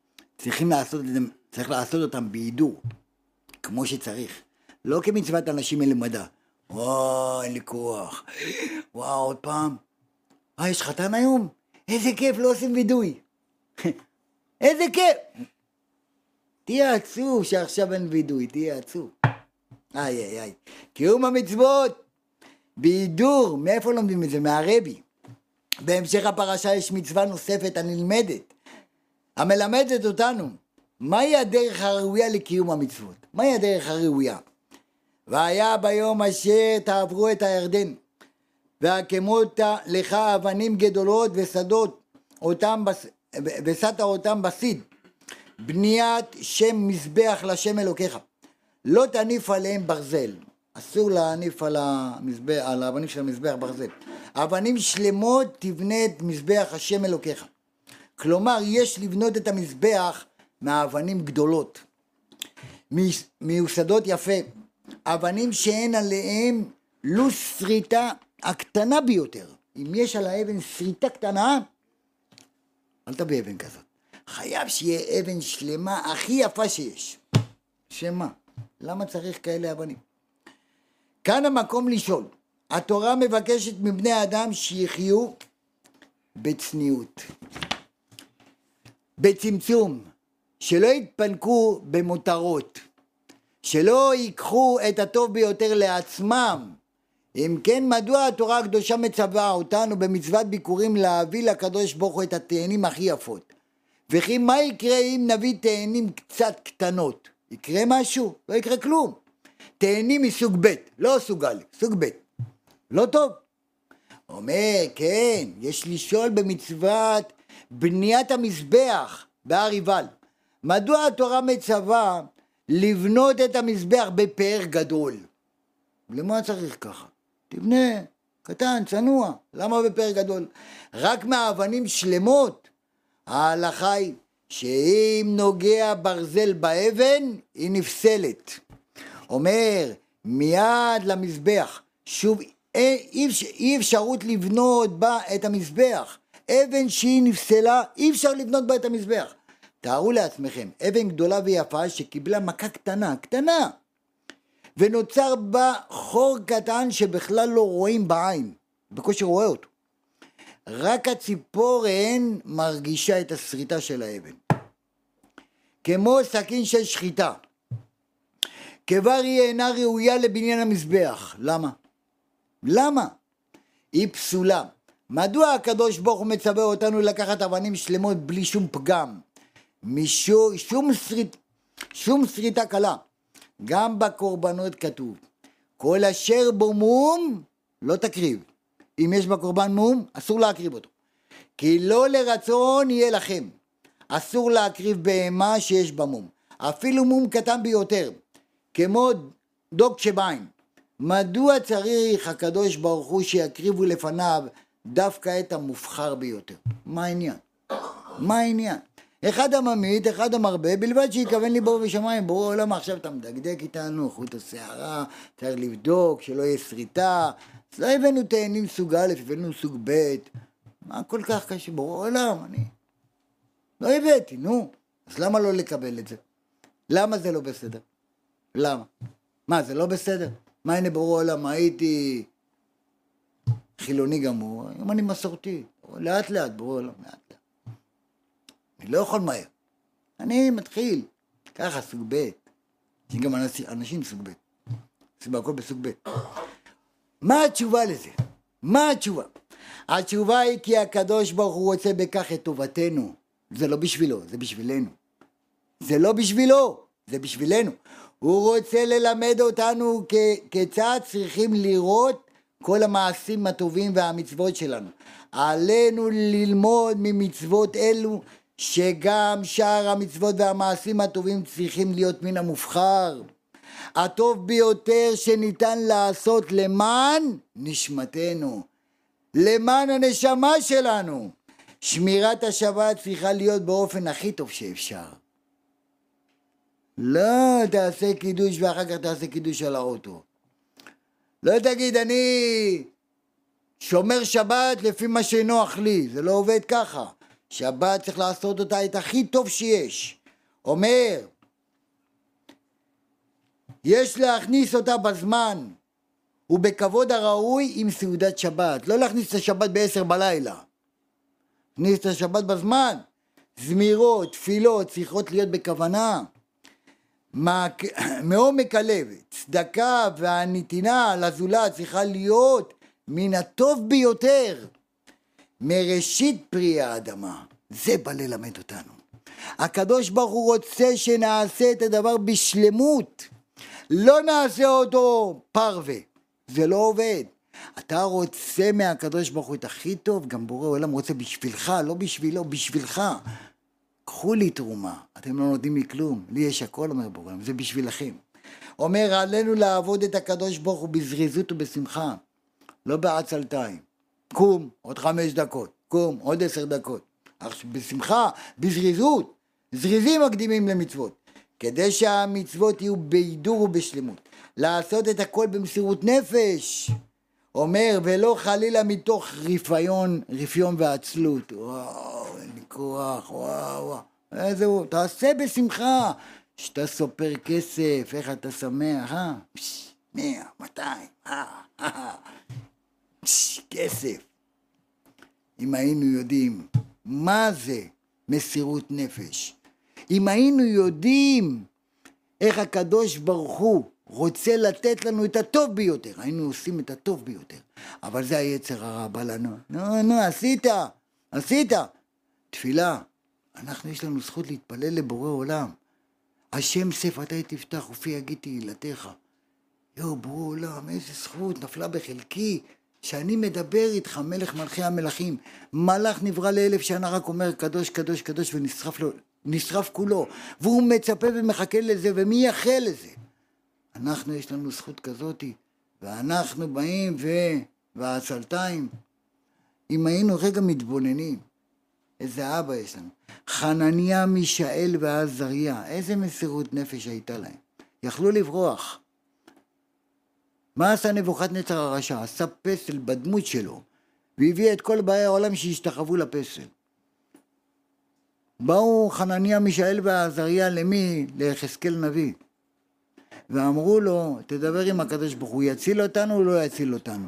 צריך לעשות אותם בהידור. כמו שצריך. לא כמצוות אנשים מלומדה. וואו, אין לי כוח. וואו, עוד פעם. יש חתן היום? איזה כיף, לא עושים וידוי. איזה כיף. תהיה עצוב שעכשיו אין וידוי, תהיה עצוב. איי. קיום המצוות. בהידור, מאיפה לומדים את זה? מהרבי. בהמשך הפרשה יש מצווה נוספת הנלמדת. המלמדת אותנו. מהי הדרך הראויה לקיום המצוות? מהי הדרך הראויה? והיה ביום אשר תעברו את הירדן, והקמות לך אבנים גדולות ושדות אותם ושאת אותם בסיד, בניית שם מזבח לשם אלוקיך. לא תניף עליהם ברזל. אסור להניף על האבנים של המזבח ברזל. אבנים שלמות תבנה את מזבח השם אלוקיך. כלומר, יש לבנות את המזבח מאבנים גדולות, מיוסדות יפה, אבנים שאין עליהם לו שריטה הקטנה ביותר. אם יש על האבן שריטה קטנה, אל תביא אבן כזאת. חייב שיהיה אבן שלמה הכי יפה שיש. שמה? למה צריך כאלה אבנים? כאן המקום לשאול. התורה מבקשת מבני האדם שיחיו בצניעות, בצמצום, שלא יתפנקו במותרות, שלא ייקחו את הטוב ביותר לעצמם. אם כן, מדוע התורה הקדושה מצווה אותנו במצוות ביקורים להביא לקדוש ברוך הוא את התאנים הכי יפות? וכי מה יקרה אם נביא תאנים קצת קטנות? יקרה משהו? לא יקרה כלום. תאנים מסוג ב', לא סוג א', סוג ב', לא טוב. אומר, כן, יש לשאול במצוות בניית המזבח בהר עיבל. מדוע התורה מצווה לבנות את המזבח בפאר גדול? למה צריך ככה? תבנה, קטן, צנוע. למה בפאר גדול? רק מהאבנים שלמות. ההלכה היא שאם נוגע ברזל באבן, היא נפסלת. אומר, מיד למזבח. שוב, אי אפשרות לבנות בה את המזבח. אבן שהיא נפסלה, אי אפשר לבנות בה את המזבח. תארו לעצמכם, אבן גדולה ויפה שקיבלה מכה קטנה, קטנה. ונוצר בה חור קטן שבכלל לא רואים בעין, בקושי רואה אותו. רק הציפורן מרגישה את השריטה של האבן. כמו סכין של שחיטה. כבר היא אינה ראויה לבניין המזבח. למה? למה? היא פסולה. מדוע הקדוש ברוך הוא מצווה אותנו לקחת אבנים שלמות בלי שום פגם? שום שריטה קלה. גם בקורבנות כתוב, כל אשר בו מום לא תקריב. אם יש בקורבן מום, אסור להקריב אותו. כי לא לרצון יהיה לכם. אסור להקריב בהמה שיש בה מום. אפילו מום קטן ביותר, כמו דוק שבעין. מדוע צריך הקדוש ברוך הוא שיקריבו לפניו דווקא את המובחר ביותר? מה העניין? מה העניין? אחד הממית, אחד המרבה, בלבד שיכוון ליבו ושמיים. ברור עולם, עכשיו אתה מדקדק איתנו, חוט השערה, צריך לבדוק שלא יהיה שריטה. אז לא הבאנו תאנים סוג א', הבאנו סוג ב'. מה כל כך קשה? ברור עולם, אני לא הבאתי, נו. אז למה לא לקבל את זה? למה זה לא בסדר? למה? מה, זה לא בסדר? מה, הנה ברור עולם, הייתי חילוני גמור, היום אני מסורתי. לאט לאט, ברור עולם, לאט לאט. אני לא יכול מהר. אני מתחיל. ככה, סוג ב'. יש גם אנשים סוג ב'. זה הכל בסוג ב'. מה התשובה לזה? מה התשובה? התשובה היא כי הקדוש ברוך הוא רוצה בכך את טובתנו. זה לא בשבילו, זה בשבילנו. זה לא בשבילו, זה בשבילנו. הוא רוצה ללמד אותנו כיצד צריכים לראות כל המעשים הטובים והמצוות שלנו. עלינו ללמוד ממצוות אלו, שגם שאר המצוות והמעשים הטובים צריכים להיות מן המובחר. הטוב ביותר שניתן לעשות למען נשמתנו, למען הנשמה שלנו. שמירת השבת צריכה להיות באופן הכי טוב שאפשר. לא תעשה קידוש ואחר כך תעשה קידוש על האוטו. לא תגיד אני שומר שבת לפי מה שנוח לי, זה לא עובד ככה. שבת צריך לעשות אותה את הכי טוב שיש. אומר, יש להכניס אותה בזמן ובכבוד הראוי עם סעודת שבת. לא להכניס את השבת ב10 בלילה. להכניס את השבת בזמן. זמירות, תפילות צריכות להיות בכוונה. מעומק הלב, צדקה והנתינה לזולת צריכה להיות מן הטוב ביותר. מראשית פרי האדמה. זה בא ללמד אותנו. הקדוש ברוך הוא רוצה שנעשה את הדבר בשלמות. לא נעשה אותו פרווה. זה לא עובד. אתה רוצה מהקדוש ברוך הוא את הכי טוב, גם בורא עולם רוצה בשבילך, לא בשבילו, בשבילך. קחו לי תרומה, אתם לא נותנים לי כלום. לי יש הכל, אומר בורא עולם, זה בשבילכם. אומר, עלינו לעבוד את הקדוש ברוך הוא בזריזות ובשמחה. לא בעצלתיים. קום, עוד 5 דקות, קום, עוד 10 דקות. בשמחה, בזריזות, זריזים מקדימים למצוות, כדי שהמצוות יהיו בהידור ובשלמות. לעשות את הכל במסירות נפש, אומר, ולא חלילה מתוך רפיון ועצלות. וואו, אין לי כוח, וואו. איזהו, תעשה בשמחה. שאתה סופר כסף, איך אתה שמח, 100, 200, כסף. אם היינו יודעים מה זה מסירות נפש, אם היינו יודעים איך הקדוש ברוך הוא רוצה לתת לנו את הטוב ביותר, היינו עושים את הטוב ביותר. אבל זה היצר הרע בא לנו. נו, עשית. תפילה. אנחנו יש לנו זכות להתפלל לבורא עולם. השם שפתי תפתח ופי יגיד תהילתך. בורא עולם, איזה זכות נפלה בחלקי, שאני מדבר איתך, מלך מלכי המלכים. מלאך נברא ל1000 שנה, רק אומר קדוש קדוש קדוש, ונשרף כולו, והוא מצפה ומחכה לזה ומייחל לזה. אנחנו יש לנו זכות כזאת, ואנחנו באים והצלתיים, אם היינו רגע מתבוננים, איזה אבא יש לנו, חנניה, מישאל ועזריה, איזה מסירות נפש הייתה להם, יכלו לברוח. מה עשה נבוכדנצר הרשע? עשה פסל בדמות שלו, והביא את כל באי העולם שהשתחוו לפסל. באו חנניה, מישאל ועזריה למי? ליחזקאל נביא. ואמרו לו, תדבר עם הקדוש ברוך הוא, יציל אותנו או לא יציל אותנו?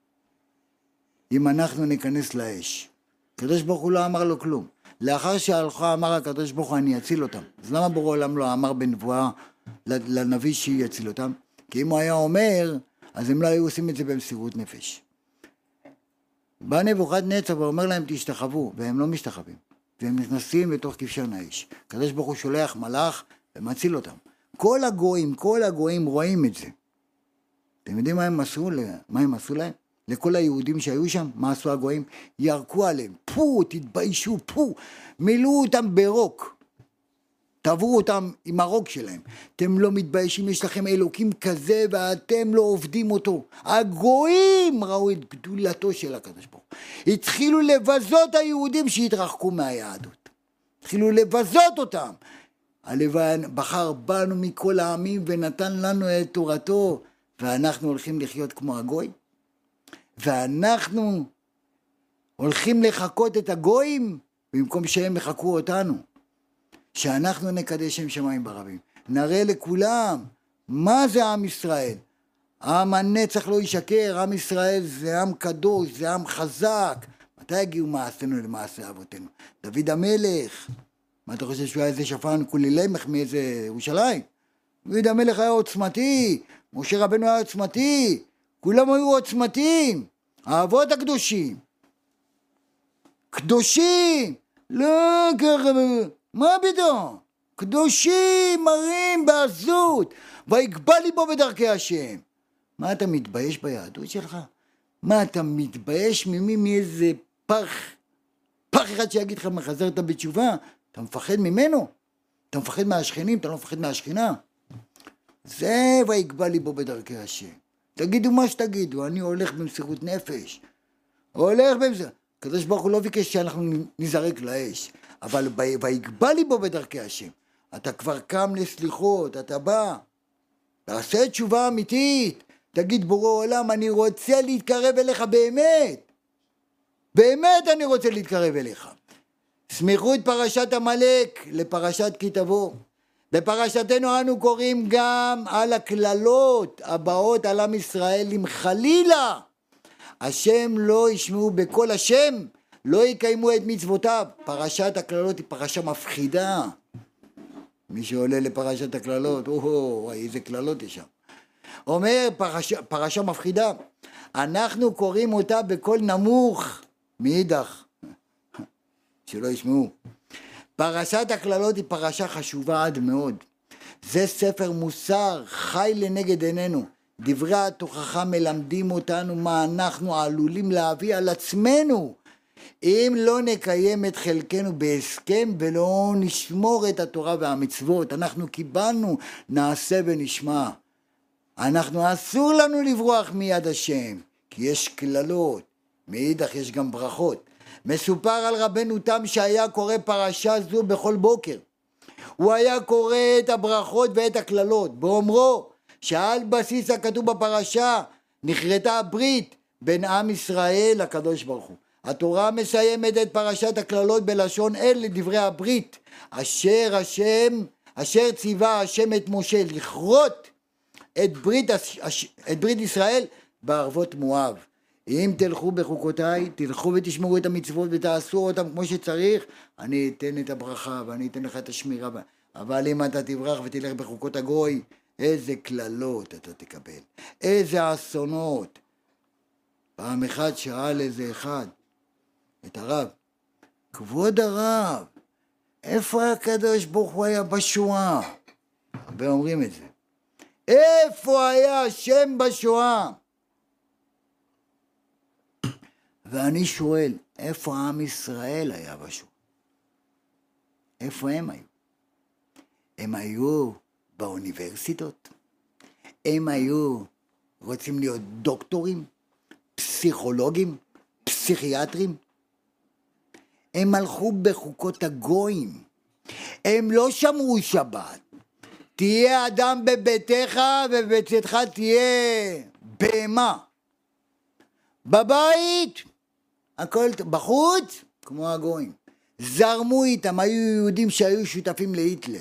אם אנחנו ניכנס לאש. הקדוש ברוך הוא לא אמר לו כלום. לאחר שהלכה אמר הקדוש ברוך הוא, אני אציל אותם. אז למה בורא עולם לא אמר בנבואה לנביא שיציל אותם? כי אם הוא היה אומר, אז הם לא היו עושים את זה במסירות נפש. בא נבוכדנצר ואומר להם תשתחוו, והם לא משתחווים. והם נכנסים בתוך כבשן האש. הקדוש ברוך הוא שולח מלאך ומציל אותם. כל הגויים רואים את זה. אתם יודעים מה הם עשו להם? לכל היהודים שהיו שם, מה עשו הגויים? ירקו עליהם, תתביישו, מילאו אותם ברוק. תעברו אותם עם הרוק שלהם. אתם לא מתביישים, יש לכם אלוקים כזה ואתם לא עובדים אותו. הגויים ראו את גדולתו של הקדוש ברוך הוא. התחילו לבזות היהודים שהתרחקו מהיהדות. התחילו לבזות אותם. הלוואי בחר בנו מכל העמים ונתן לנו את תורתו, ואנחנו הולכים לחיות כמו הגוי, ואנחנו הולכים לחכות את הגויים במקום שהם יחכו אותנו. שאנחנו נקדש שם שמיים ברבים, נראה לכולם מה זה עם ישראל. עם הנצח לא ישקר, עם ישראל זה עם קדוש, זה עם חזק. מתי הגיעו מעשינו למעשה אבותינו? דוד המלך, מה אתה חושב שהוא היה איזה שפן כולי למח מאיזה ירושלים? דוד המלך היה עוצמתי, משה רבנו היה עוצמתי, כולם היו עוצמתיים, האבות הקדושים, קדושים, לא ככה, מה פתאום? קדושים מראים בעזות, ויגבה ליבו בדרכי השם. מה אתה מתבייש ביהדות שלך? מה אתה מתבייש מאיזה פח אחד שיגיד לך מחזרת בתשובה? אתה מפחד ממנו? אתה מפחד מהשכנים? אתה לא מפחד מהשכינה? זה ויגבה ליבו בדרכי השם. תגידו מה שתגידו, אני הולך במסירות נפש. הקדוש ברוך הוא לא ביקש שאנחנו נזרק לאש, אבל ויגבה ליבו בדרכי השם. אתה כבר קם לסליחות, אתה בא, תעשה תשובה אמיתית, תגיד בורא עולם, אני רוצה להתקרב אליך באמת. באמת אני רוצה להתקרב אליך. סמיכו את פרשת עמלק לפרשת כי תבוא. בפרשתנו אנו קוראים גם על הכללות הבאות על עם ישראל, אם חלילה השם לא ישמעו בקול השם, לא יקיימו את מצוותיו. פרשת הכללות היא פרשה מפחידה. מי שעולה לפרשת הכללות, איזה כללות יש שם. אומר פרשה מפחידה. אנחנו קוראים אותה בקול נמוך, מאידך, שלא ישמעו. פרשת הכללות היא פרשה חשובה עד מאוד. זה ספר מוסר חי לנגד עינינו. דברי התוכחה מלמדים אותנו מה אנחנו עלולים להביא על עצמנו אם לא נקיים את חלקנו בהסכם ולא נשמור את התורה והמצוות. אנחנו קיבלנו, נעשה ונשמע. אנחנו אסור לנו לברוח מיד השם, כי יש כללות מאידך יש גם ברכות. מסופר על רבנו תם שהיה קורא פרשה זו בכל בוקר. הוא היה קורא את הברכות ואת הכללות, באומרו שעל בסיס הכתוב בפרשה נחרטה הברית בין עם ישראל לקדוש ברוך הוא. התורה מסיימת את פרשת הכללות בלשון אלה דברי הברית, אשר ציווה השם את משה לכרות את ברית ישראל בערבות מואב. אם תלכו בחוקותיי, תלכו ותשמרו את המצוות ותעשו אותם כמו שצריך, אני אתן את הברכה ואני אתן לך את השמירה. אבל אם אתה תברח ותלך בחוקות הגוי, איזה כללות אתה תקבל, איזה אסונות. פעם אחד שאל איזה אחד את הרב, כבוד הרב, איפה הקדוש ברוך הוא היה בשואה? הרבה אומרים את זה. איפה היה השם בשואה? ואני שואל, איפה עם ישראל היה בשואה? איפה הם היו? הם היו באוניברסיטות? הם היו רוצים להיות דוקטורים? פסיכולוגים? פסיכיאטרים? הם הלכו בחוקות הגויים. הם לא שמרו שבת. תהיה אדם בביתך ובצאתך תהיה בהמה. בבית, הכל בחוץ, כמו הגויים. זרמו איתם, היו יהודים שהיו שותפים להיטלר.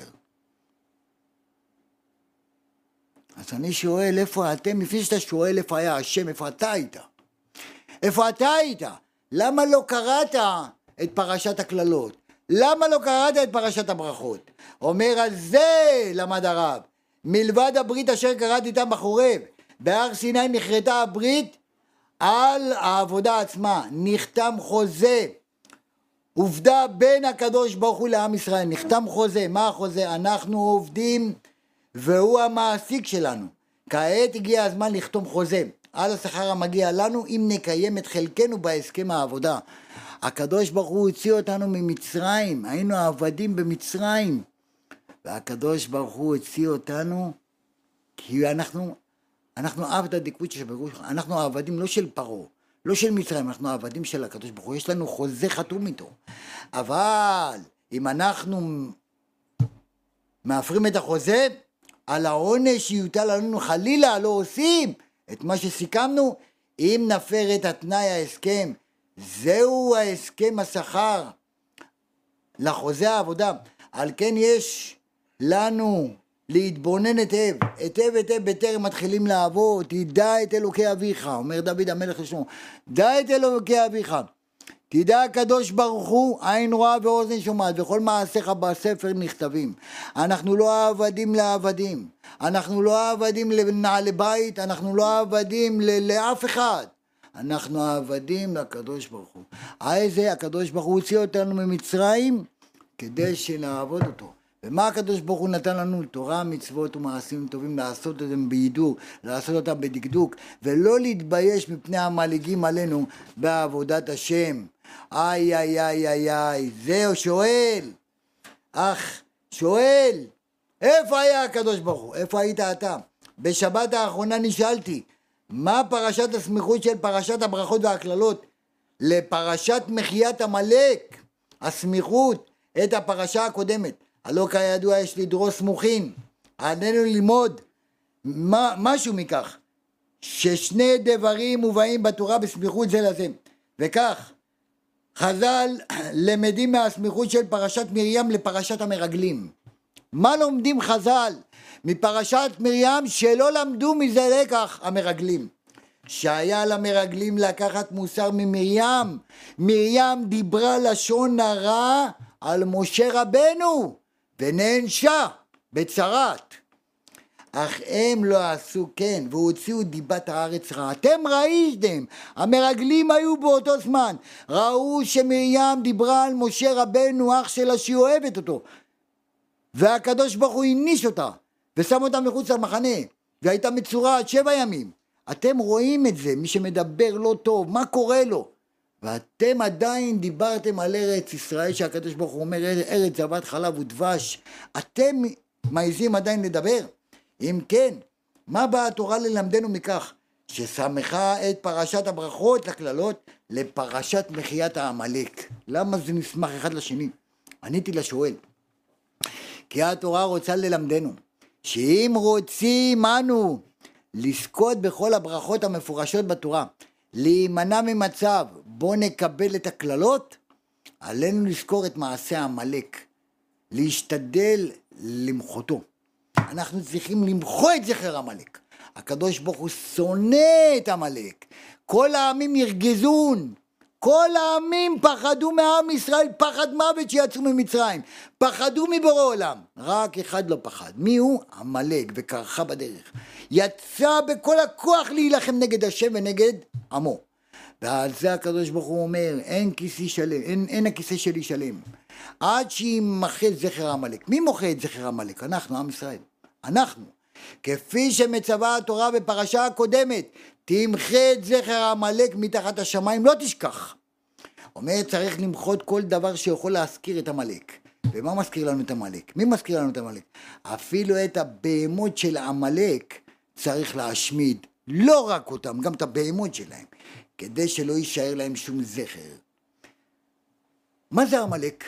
אז אני שואל, איפה אתם? לפני שאתה שואל איפה היה השם, איפה אתה היית? איפה אתה היית? למה לא קראת את פרשת הכללות? למה לא קראת את פרשת הברכות? אומר על זה למד הרב, מלבד הברית אשר קראת איתם בחורב, בהר סיני נחרטה הברית על העבודה עצמה, נחתם חוזה, עובדה בין הקדוש ברוך הוא לעם ישראל, נחתם חוזה. מה החוזה? אנחנו עובדים והוא המעסיק שלנו. כעת הגיע הזמן לכתום חוזה על השכר המגיע לנו אם נקיים את חלקנו בהסכם העבודה. הקדוש ברוך הוא הוציא אותנו ממצרים, היינו עבדים במצרים, והקדוש ברוך הוא הוציא אותנו כי אנחנו עבדה דקות שבראש, אנחנו העבדים לא של פרעה, לא של מצרים, אנחנו העבדים של הקדוש ברוך הוא, יש לנו חוזה חתום איתו. אבל אם אנחנו מאפרים את החוזה, על העונש שיוטל עלינו חלילה לא עושים את מה שסיכמנו. אם נפר את התנאי ההסכם, זהו ההסכם השכר לחוזה העבודה. על כן יש לנו להתבונן היטב בטרם מתחילים לעבוד. תדע את אלוקי אביך, אומר דוד המלך לשלמה, דע את אלוקי אביך, תדע הקדוש ברוך הוא עין רואה ואוזן שומעת, וכל מעשיך בספר נכתבים. אנחנו לא עבדים לעבדים, אנחנו לא עבדים לנעלי בית, אנחנו לא עבדים לאף אחד, אנחנו עבדים לקדוש ברוך הוא. איזה הקדוש ברוך הוא הוציא אותנו ממצרים כדי שנעבוד אותו. ומה הקדוש ברוך הוא נתן לנו? תורה, מצוות ומעשים טובים, לעשות אותם בידור, לעשות אותם בדקדוק, ולא להתבייש מפני המלעיגים עלינו בעבודת השם. איי איי איי איי איי, זהו שואל, שואל, איפה היה הקדוש ברוך הוא? איפה היית אתה? בשבת האחרונה נשאלתי, מה פרשת הסמיכות של פרשת הברכות והכללות לפרשת מחיית עמלק? הסמיכות את הפרשה הקודמת. הלא כידוע יש לדרוס מוחין, עלינו ללמוד משהו מכך, ששני דברים מובאים בתורה בסמיכות זה לזה, וכך חז"ל למדים מהסמיכות של פרשת מרים לפרשת המרגלים. מה לומדים חז"ל מפרשת מרים שלא למדו מזה לקח המרגלים? שהיה למרגלים לקחת מוסר ממרים. מרים דיברה לשון הרע על משה רבנו ונענשה בצרת, אך הם לא עשו כן והוציאו דיבת הארץ רע. אתם ראיתם, המרגלים היו באותו זמן, ראו שמרים דיברה על משה רבנו אח שלה שהיא אוהבת אותו, והקדוש ברוך הוא הניש אותה ושם אותה מחוץ למחנה, והייתה מצורעת 7 ימים. אתם רואים את זה, מי שמדבר לא טוב, מה קורה לו? ואתם עדיין דיברתם על ארץ ישראל שהקדוש ברוך הוא אומר ארץ זבת חלב ודבש. אתם מעיזים עדיין לדבר? אם כן, מה באה התורה ללמדנו מכך? ששמחה את פרשת הברכות לכללות לפרשת מחיית העמלק. למה זה נסמך אחד לשני? עניתי לשואל, כי התורה רוצה ללמדנו, שאם רוצים אנו לזכות בכל הברכות המפורשות בתורה, להימנע ממצב בו נקבל את הכללות, עלינו לזכור את מעשה העמלק, להשתדל למחותו. אנחנו צריכים למחוא את זכר עמלק. הקדוש ברוך הוא שונא את עמלק. כל העמים ירגזון, כל העמים פחדו מעם ישראל, פחד מוות שיצאו ממצרים, פחדו מבורא עולם, רק אחד לא פחד. מי הוא? עמלק, וקרחה בדרך. יצא בכל הכוח להילחם נגד השם ונגד עמו. ועל זה הקדוש ברוך הוא אומר, אין כיסי שלם, אין הכיסא שלי שלם, עד שימחה זכר עמלק. מי מוחה את זכר עמלק? אנחנו, עם ישראל. אנחנו. כפי שמצווה התורה בפרשה הקודמת, תמחה את זכר עמלק מתחת השמיים, לא תשכח. אומר, צריך למחות כל דבר שיכול להזכיר את עמלק. ומה מזכיר לנו את עמלק? מי מזכיר לנו את עמלק? אפילו את הבהמות של עמלק צריך להשמיד. לא רק אותם, גם את הבהמות שלהם, כדי שלא יישאר להם שום זכר. מה זה עמלק?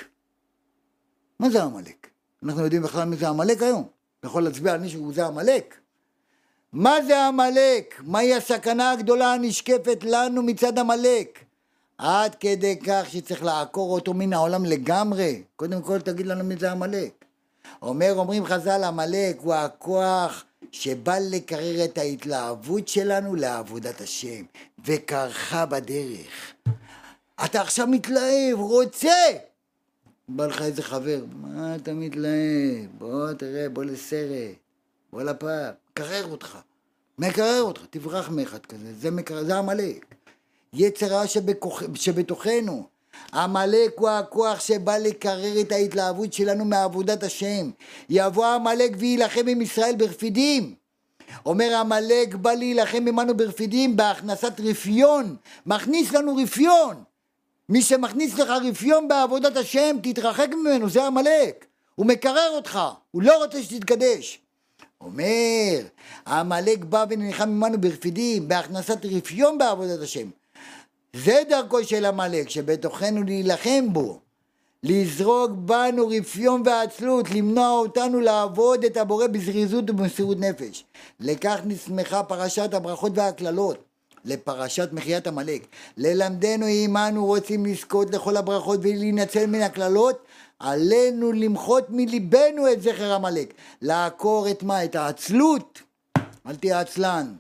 מה זה עמלק? אנחנו יודעים בכלל מי זה עמלק היום. יכול להצביע על מישהו, זה עמלק. מה זה עמלק? מהי הסכנה הגדולה הנשקפת לנו מצד עמלק? עד כדי כך שצריך לעקור אותו מן העולם לגמרי. קודם כל תגיד לנו מי זה עמלק. אומרים חז"ל, עמלק הוא הכוח שבא לקרר את ההתלהבות שלנו לעבודת השם, וקרחה בדרך. אתה עכשיו מתלהב, רוצה. בא לך איזה חבר, מה אתה מתלהב? בוא תראה, בוא לסרט, בוא לפאב, קרר אותך, מקרר אותך, תברח מאחד כזה, זה עמלק. יצרה שבתוכנו. עמלק הוא הכוח שבא לקרר את ההתלהבות שלנו מעבודת השם. יבוא עמלק וילחם עם ישראל ברפידים. אומר עמלק בא להילחם עמנו ברפידים בהכנסת רפיון, מכניס לנו רפיון. מי שמכניס לך רפיון בעבודת השם, תתרחק ממנו, זה עמלק. הוא מקרר אותך, הוא לא רוצה שתתקדש. אומר, עמלק בא ונלחם עמנו ברפידים, בהכנסת רפיון בעבודת השם. זה דרכו של עמלק, שבתוכנו להילחם בו, לזרוק בנו רפיון ועצלות, למנוע אותנו לעבוד את הבורא בזריזות ובמסירות נפש. לכך נסמכה פרשת הברכות והכללות, לפרשת מחיית עמלק. ללמדנו אם אנו רוצים לזכות לכל הברכות ולהינצל מן הכללות, עלינו למחות מליבנו את זכר עמלק, לעקור את מה? את העצלות, אל תהיה עצלן,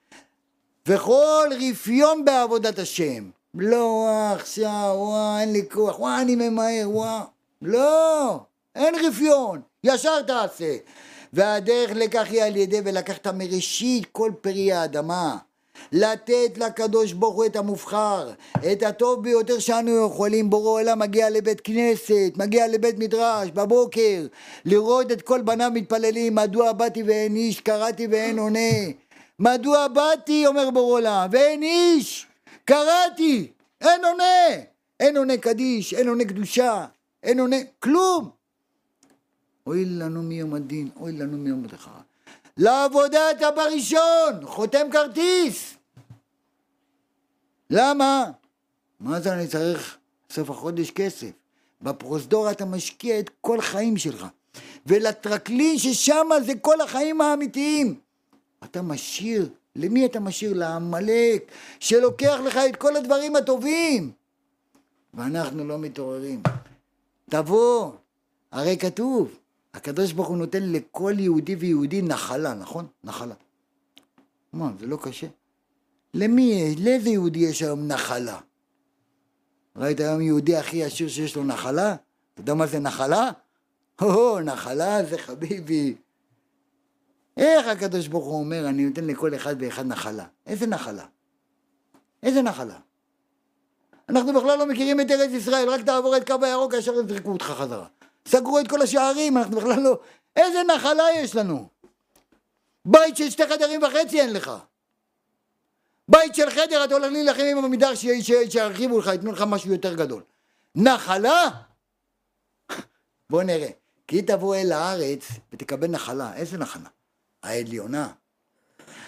וכל רפיון בעבודת השם. לא עכשיו, אין לי כוח, אני ממהר, לא, אין רפיון, ישר תעשה. והדרך לכך היא על ידי ולקחת מראשית כל פרי האדמה, לתת לקדוש ברוך הוא את המובחר, את הטוב ביותר שאנו יכולים. בורא עולם מגיע לבית כנסת, מגיע לבית מדרש בבוקר, לראות את כל בניו מתפללים, מדוע באתי ואין איש, קראתי ואין עונה. מדוע באתי, אומר בורא עולם, ואין איש, קראתי, אין עונה. אין עונה קדיש, אין עונה קדושה, אין עונה, כלום. אוי לנו מיום הדין, אוי לנו מיום הדחר. לעבודה אתה בראשון, חותם כרטיס. למה? מה זה אני צריך סוף החודש כסף? בפרוזדור אתה משקיע את כל חיים שלך, ולטרקלין ששם זה כל החיים האמיתיים. אתה משאיר, למי אתה משאיר? לעמלק, שלוקח לך את כל הדברים הטובים. ואנחנו לא מתעוררים. תבוא, הרי כתוב, הקדוש ברוך הוא נותן לכל יהודי ויהודי נחלה, נכון? נחלה. מה, זה לא קשה? למי, לאיזה יהודי יש היום נחלה? ראית היום יהודי הכי עשיר שיש לו נחלה? אתה יודע מה זה נחלה? נחלה זה חביבי. איך הקדוש ברוך הוא אומר, אני נותן לכל אחד ואחד נחלה? איזה נחלה? איזה נחלה? אנחנו בכלל לא מכירים את ארץ ישראל, רק תעבור את קו הירוק, ישר יזרקו אותך חזרה. סגרו את כל השערים, אנחנו בכלל לא... איזה נחלה יש לנו? בית של 2.5 חדרים אין לך. בית של חדר, אתה הולך להילחם עם עמידר שירחיבו לך, יתנו לך משהו יותר גדול. נחלה? בוא נראה. כי תבוא אל הארץ ותקבל נחלה. איזה נחלה? העליונה.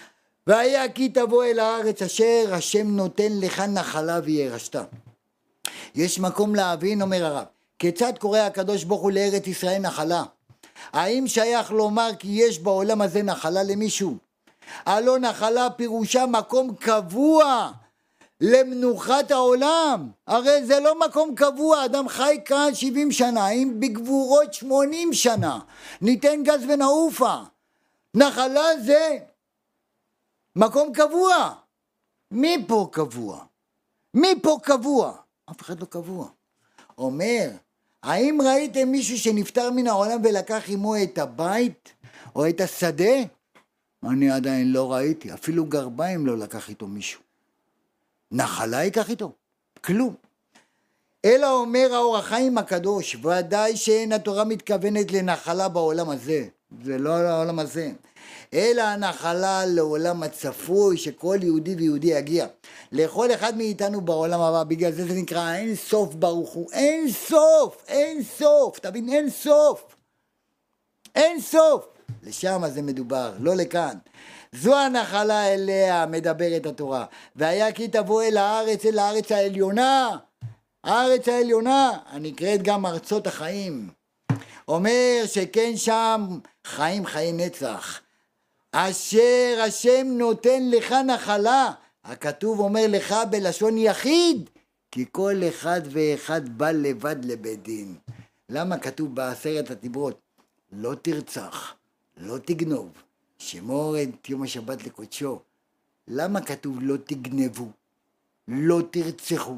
והיה כי תבוא אל הארץ אשר השם נותן לך נחלה וירשת. יש מקום להבין, אומר הרב, כיצד קורא הקדוש ברוך הוא לארץ ישראל נחלה? האם שייך לומר כי יש בעולם הזה נחלה למישהו? הלא נחלה פירושה מקום קבוע למנוחת העולם. הרי זה לא מקום קבוע, אדם חי כאן 70 שנה, אם בגבורות 80 שנה, ניתן גז ונעופה. נחלה זה מקום קבוע. מי פה קבוע? מי פה קבוע? אף אחד לא קבוע. אומר, האם ראיתם מישהו שנפטר מן העולם ולקח עמו את הבית או את השדה? אני עדיין לא ראיתי, אפילו גרביים לא לקח איתו מישהו. נחלה ייקח איתו? כלום. אלא אומר האור החיים הקדוש, ודאי שאין התורה מתכוונת לנחלה בעולם הזה, זה לא לעולם הזה, אלא הנחלה לעולם הצפוי שכל יהודי ויהודי יגיע. לכל אחד מאיתנו בעולם הבא, בגלל זה זה נקרא אין סוף ברוך הוא, אין סוף, אין סוף, תבין, אין סוף, אין סוף. לשם זה מדובר, לא לכאן. זו הנחלה אליה מדברת התורה. והיה כי תבוא אל הארץ העליונה, הארץ העליונה, הנקראת גם ארצות החיים. אומר שכן שם חיים חיי נצח. אשר השם נותן לך נחלה. הכתוב אומר לך בלשון יחיד, כי כל אחד ואחד בא לבד לבית דין. למה כתוב בעשרת הדיברות? לא תרצח, לא תגנוב, שמור את יום השבת לקודשו. למה כתוב לא תגנבו, לא תרצחו?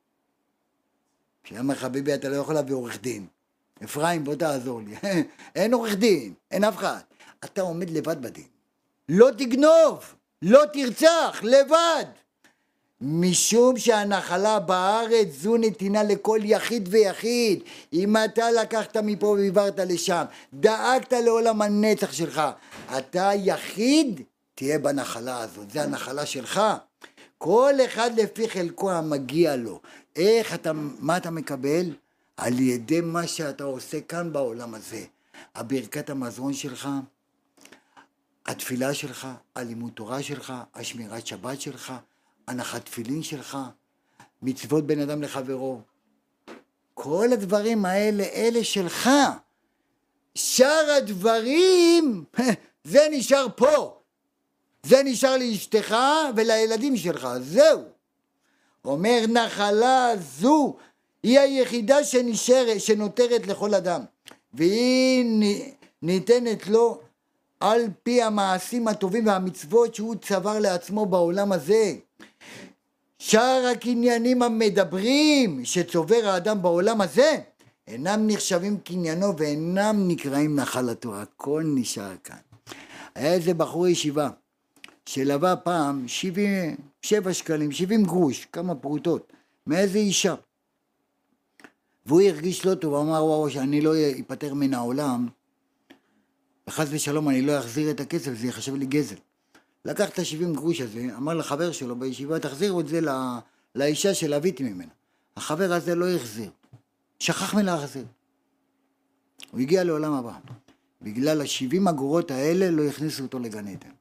שאמר חביבי, אתה לא יכול להביא עורך דין. אפרים, בוא תעזור לי. אין עורך דין, אין אף אחד. אתה עומד לבד בדין. לא תגנוב, לא תרצח, לבד. משום שהנחלה בארץ זו נתינה לכל יחיד ויחיד. אם אתה לקחת מפה ועברת לשם, דאגת לעולם הנצח שלך, אתה יחיד, תהיה בנחלה הזאת, זה הנחלה שלך. כל אחד לפי חלקו המגיע לו. איך אתה, מה אתה מקבל? על ידי מה שאתה עושה כאן בעולם הזה. הברכת המזון שלך, התפילה שלך, הלימוד תורה שלך, השמירת שבת שלך, הנחת תפילין שלך, מצוות בין אדם לחברו. כל הדברים האלה, אלה שלך. שאר הדברים, זה נשאר פה. זה נשאר לאשתך ולילדים שלך, זהו. אומר נחלה זו, היא היחידה שנותרת לכל אדם. והיא ניתנת לו על פי המעשים הטובים והמצוות שהוא צבר לעצמו בעולם הזה. שאר הקניינים המדברים שצובר האדם בעולם הזה, אינם נחשבים קניינו ואינם נקראים נחלתו. הכל נשאר כאן. היה איזה בחור ישיבה, שלווה פעם 7 שקלים, 70 גרוש, כמה פרוטות, מאיזה אישה. והוא הרגיש לא טוב, אמר וואו שאני לא ייפטר מן העולם, וחס ושלום אני לא אחזיר את הכסף, זה יחשב לי גזל. לקח את ה-70 גרוש הזה, אמר לחבר שלו בישיבה, תחזירו את זה לאישה שלהביתי ממנה. החבר הזה לא יחזיר, שכח מלהחזיר. הוא הגיע לעולם הבא. בגלל ה-70 אגורות האלה לא הכניסו אותו לגן עדן.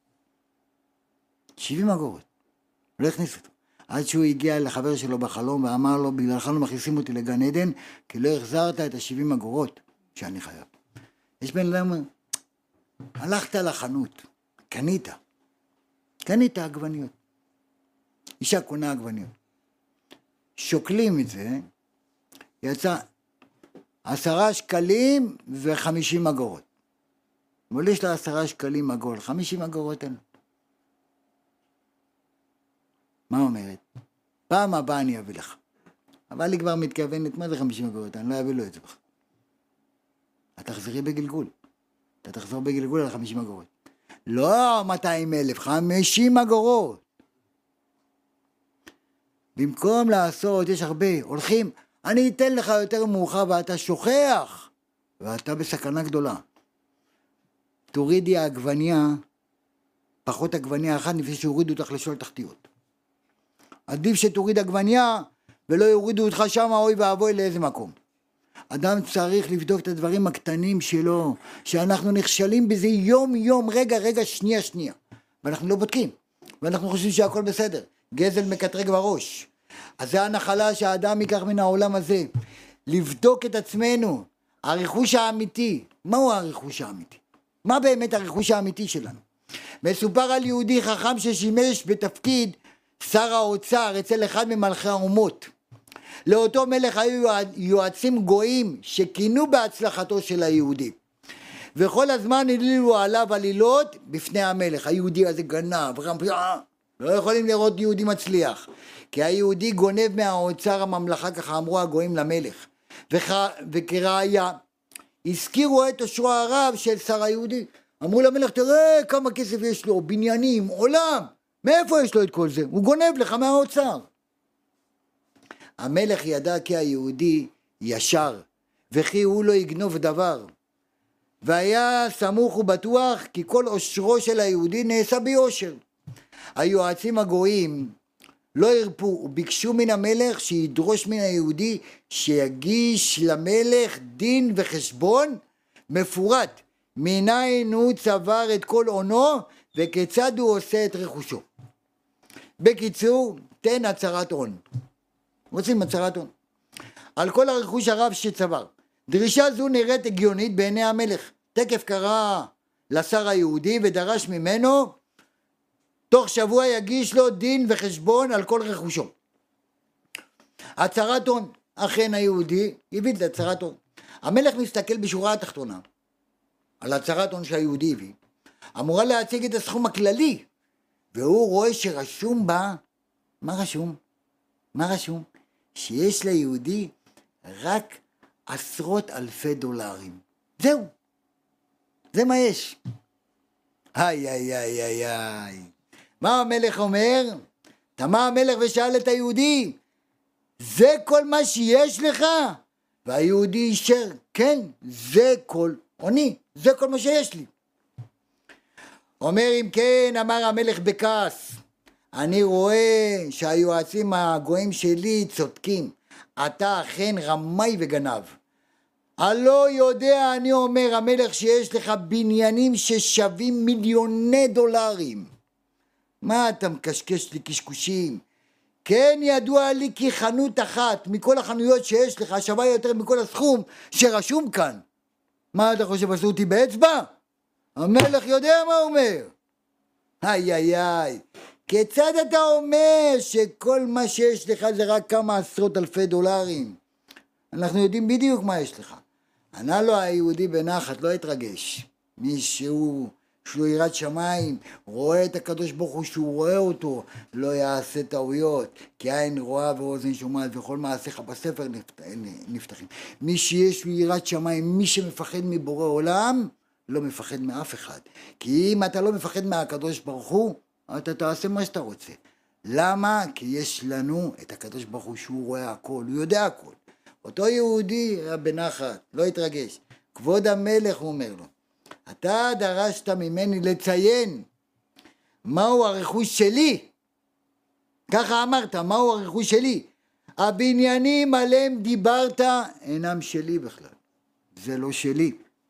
70 אגורות, לא הכניסו אותו. עד שהוא הגיע לחבר שלו בחלום ואמר לו, בגללך לא מכניסים אותי לגן עדן, כי לא החזרת את ה-70 אגורות שאני חייב. יש בן אדם, הלכת לחנות, קנית עגבניות. אישה קונה עגבניות. שוקלים את זה, יצא 10 שקלים ו50 אגורות. אבל יש לה 10 שקלים עגול, 50 אגורות אין. מה אומרת? פעם הבאה אני אביא לך. אבל היא כבר מתכוונת, מה זה 50 אגורות? אני לא אביא לו את זה בכלל. אתה תחזרי בגלגול. אתה תחזור בגלגול על 50 אגורות. לא 200,000, 50 אגורות. במקום לעשות, יש הרבה, הולכים, אני אתן לך יותר מאוחר ואתה שוכח, ואתה בסכנה גדולה. תורידי העגבניה, פחות עגבניה אחת, לפני שהורידו אותך לשאול תחתיות. עדיף שתוריד עגבניה, ולא יורידו אותך שם, אוי ואבוי לאיזה מקום. אדם צריך לבדוק את הדברים הקטנים שלו, שאנחנו נכשלים בזה יום, רגע, שנייה. ואנחנו לא בודקים, ואנחנו חושבים שהכל בסדר, גזל מקטרג בראש. אז זה הנחלה שהאדם ייקח מן העולם הזה, לבדוק את עצמנו, הרכוש האמיתי. מהו הרכוש האמיתי? מה באמת הרכוש האמיתי שלנו? מסופר על יהודי חכם ששימש בתפקיד שר האוצר אצל אחד ממלכי האומות. לאותו מלך היו יועצים גויים שכינו בהצלחתו של היהודי, וכל הזמן העלילו עליו עלילות בפני המלך. היהודי הזה גנב, לא יכולים לראות יהודי מצליח, כי היהודי גונב מהאוצר הממלכה, ככה אמרו הגויים למלך. וכראיה הזכירו את עושרו הרב של שר היהודי. אמרו למלך, תראה כמה כסף יש לו, בניינים, עולם, מאיפה יש לו את כל זה? הוא גונב לך מהאוצר. המלך ידע כי היהודי ישר, וכי הוא לא יגנוב דבר, והיה סמוך ובטוח כי כל עושרו של היהודי נעשה ביושר. היועצים הגויים לא הרפו וביקשו מן המלך שידרוש מן היהודי שיגיש למלך דין וחשבון מפורט, מניין הוא צבר את כל עונו וכיצד הוא עושה את רכושו. בקיצור, תן הצהרת הון. רוצים הצהרת הון על כל הרכוש הרב שצבר. דרישה זו נראית הגיונית בעיני המלך. תקף קרא לשר היהודי ודרש ממנו תוך שבוע יגיש לו דין וחשבון על כל רכושו. הצהרת הון. אכן היהודי הביא את הצהרת הון. המלך מסתכל בשורה התחתונה על הצהרת הון שהיהודי הביא, אמורה להציג את הסכום הכללי, והוא רואה שרשום בה, מה רשום? מה רשום? שיש ליהודי רק עשרות אלפי דולרים. זהו. זה מה יש. איי איי איי איי איי. מה המלך אומר? תמה המלך ושאל את היהודי, זה כל מה שיש לך? והיהודי אישר, כן, זה כל עוני, זה כל מה שיש לי. אומר, אם כן, אמר המלך בכעס, אני רואה שהיועצים הגויים שלי צודקים, אתה אכן רמאי וגנב. הלא יודע, אני אומר המלך, שיש לך בניינים ששווים מיליוני דולרים. מה אתה מקשקש לי קשקושים? כן, ידוע לי כי חנות אחת מכל החנויות שיש לך שווה יותר מכל הסכום שרשום כאן. מה אתה חושב, עשו אותי באצבע? המלך יודע מה אומר. איי איי איי, כיצד אתה אומר שכל מה שיש לך זה רק כמה עשרות אלפי דולרים? אנחנו יודעים בדיוק מה יש לך. ענה לו היהודי בנחת, לא התרגש. מישהו יש לו יראת שמיים, רואה את הקדוש ברוך הוא שהוא רואה אותו, לא יעשה טעויות, כי עין רואה ואוזן שומעת וכל מעשיך בספר נפתחים. מי שיש לו יראת שמיים, מי שמפחד מבורא עולם, לא מפחד מאף אחד. כי אם אתה לא מפחד מהקדוש ברוך הוא, אתה תעשה מה שאתה רוצה. למה? כי יש לנו את הקדוש ברוך הוא שהוא רואה הכל, הוא יודע הכל. אותו יהודי היה בנחת, לא התרגש. כבוד המלך, הוא אומר לו, אתה דרשת ממני לציין מהו הרכוש שלי. ככה אמרת, מהו הרכוש שלי. הבניינים עליהם דיברת אינם שלי בכלל. זה לא שלי.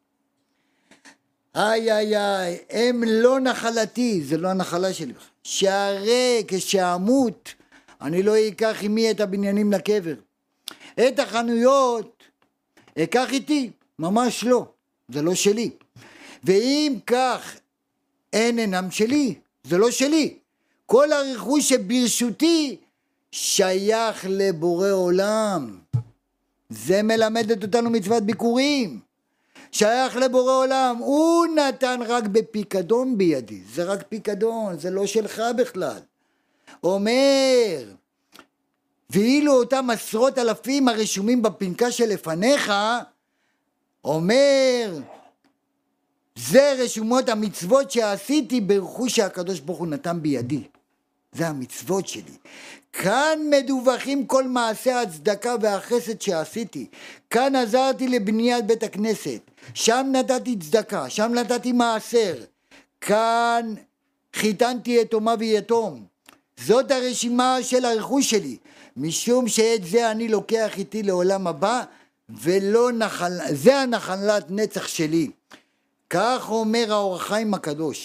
איי איי איי, הם לא נחלתי, זה לא הנחלה שלי בכלל. שהרי כשאמות אני לא אקח עמי את הבניינים לקבר. את החנויות אקח איתי, ממש לא, זה לא שלי. ואם כך אינם שלי, זה לא שלי. כל הרכוש שברשותי שייך לבורא עולם. זה מלמדת אותנו מצוות ביקורים. שייך לבורא עולם, הוא נתן רק בפיקדון בידי, זה רק פיקדון, זה לא שלך בכלל. אומר, ואילו אותם עשרות אלפים הרשומים בפנקס שלפניך, אומר, זה רשומות המצוות שעשיתי ברכוש שהקדוש ברוך הוא נתן בידי. זה המצוות שלי. כאן מדווחים כל מעשי הצדקה והחסד שעשיתי. כאן עזרתי לבניית בית הכנסת. שם נתתי צדקה, שם נתתי מעשר. כאן חיתנתי יתומה ויתום. זאת הרשימה של הרכוש שלי. משום שאת זה אני לוקח איתי לעולם הבא, ולא זה הנחלת נצח שלי. כך אומר האור החיים הקדוש.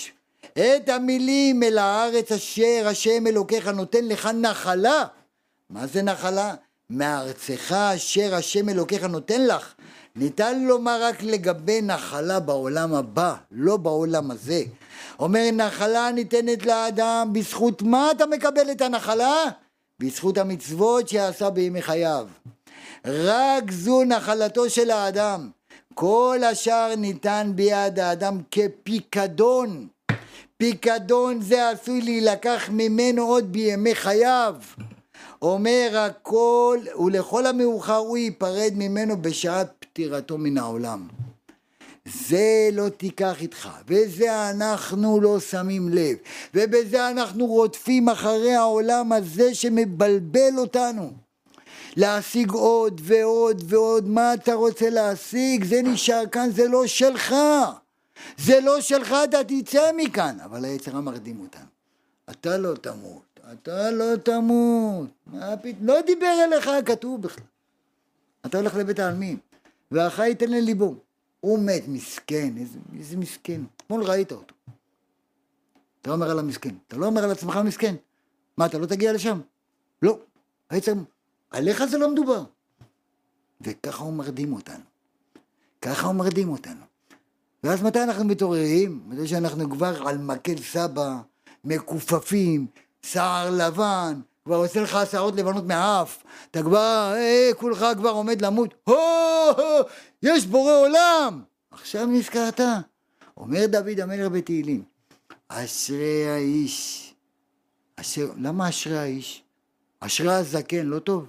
את המילים אל הארץ אשר השם אלוקיך נותן לך נחלה. מה זה נחלה? מארצך אשר השם אלוקיך נותן לך. ניתן לומר רק לגבי נחלה בעולם הבא, לא בעולם הזה. אומר נחלה ניתנת לאדם, בזכות מה אתה מקבל את הנחלה? בזכות המצוות שעשה בימי חייו. רק זו נחלתו של האדם. כל השאר ניתן ביד האדם כפיקדון. פיקדון זה עשוי להילקח ממנו עוד בימי חייו. אומר הכל, ולכל המאוחר הוא ייפרד ממנו בשעת פטירתו מן העולם. זה לא תיקח איתך, וזה אנחנו לא שמים לב, ובזה אנחנו רודפים אחרי העולם הזה שמבלבל אותנו. להשיג עוד ועוד ועוד. מה אתה רוצה להשיג? זה נשאר כאן, זה לא שלך. זה לא שלך, אתה תצא מכאן. אבל היצר מרדים אותנו. אתה לא תמות, אתה לא תמות. לא דיבר אליך, כתוב בכלל. אתה הולך לבית העלמין, והחי ייתן לליבו. הוא מת, מסכן, איזה מסכן. אתמול ראית אותו. אתה אומר על המסכן, אתה לא אומר על עצמך מסכן. מה, אתה לא תגיע לשם? לא. היצר, עליך זה לא מדובר. וככה הוא מרדים אותנו. ככה הוא מרדים אותנו. ואז מתי אנחנו מתעוררים? מתי שאנחנו כבר על מקל סבא, מקופפים, שיער לבן, כבר עושה לך שערות לבנות מהאף, אתה כבר, כולך כבר עומד למות, יש בורא עולם. עכשיו נזכרת. אומר דוד המלך בתהילים, אשרי האיש, למה אשרי האיש? אשרי הזקן, לא טוב?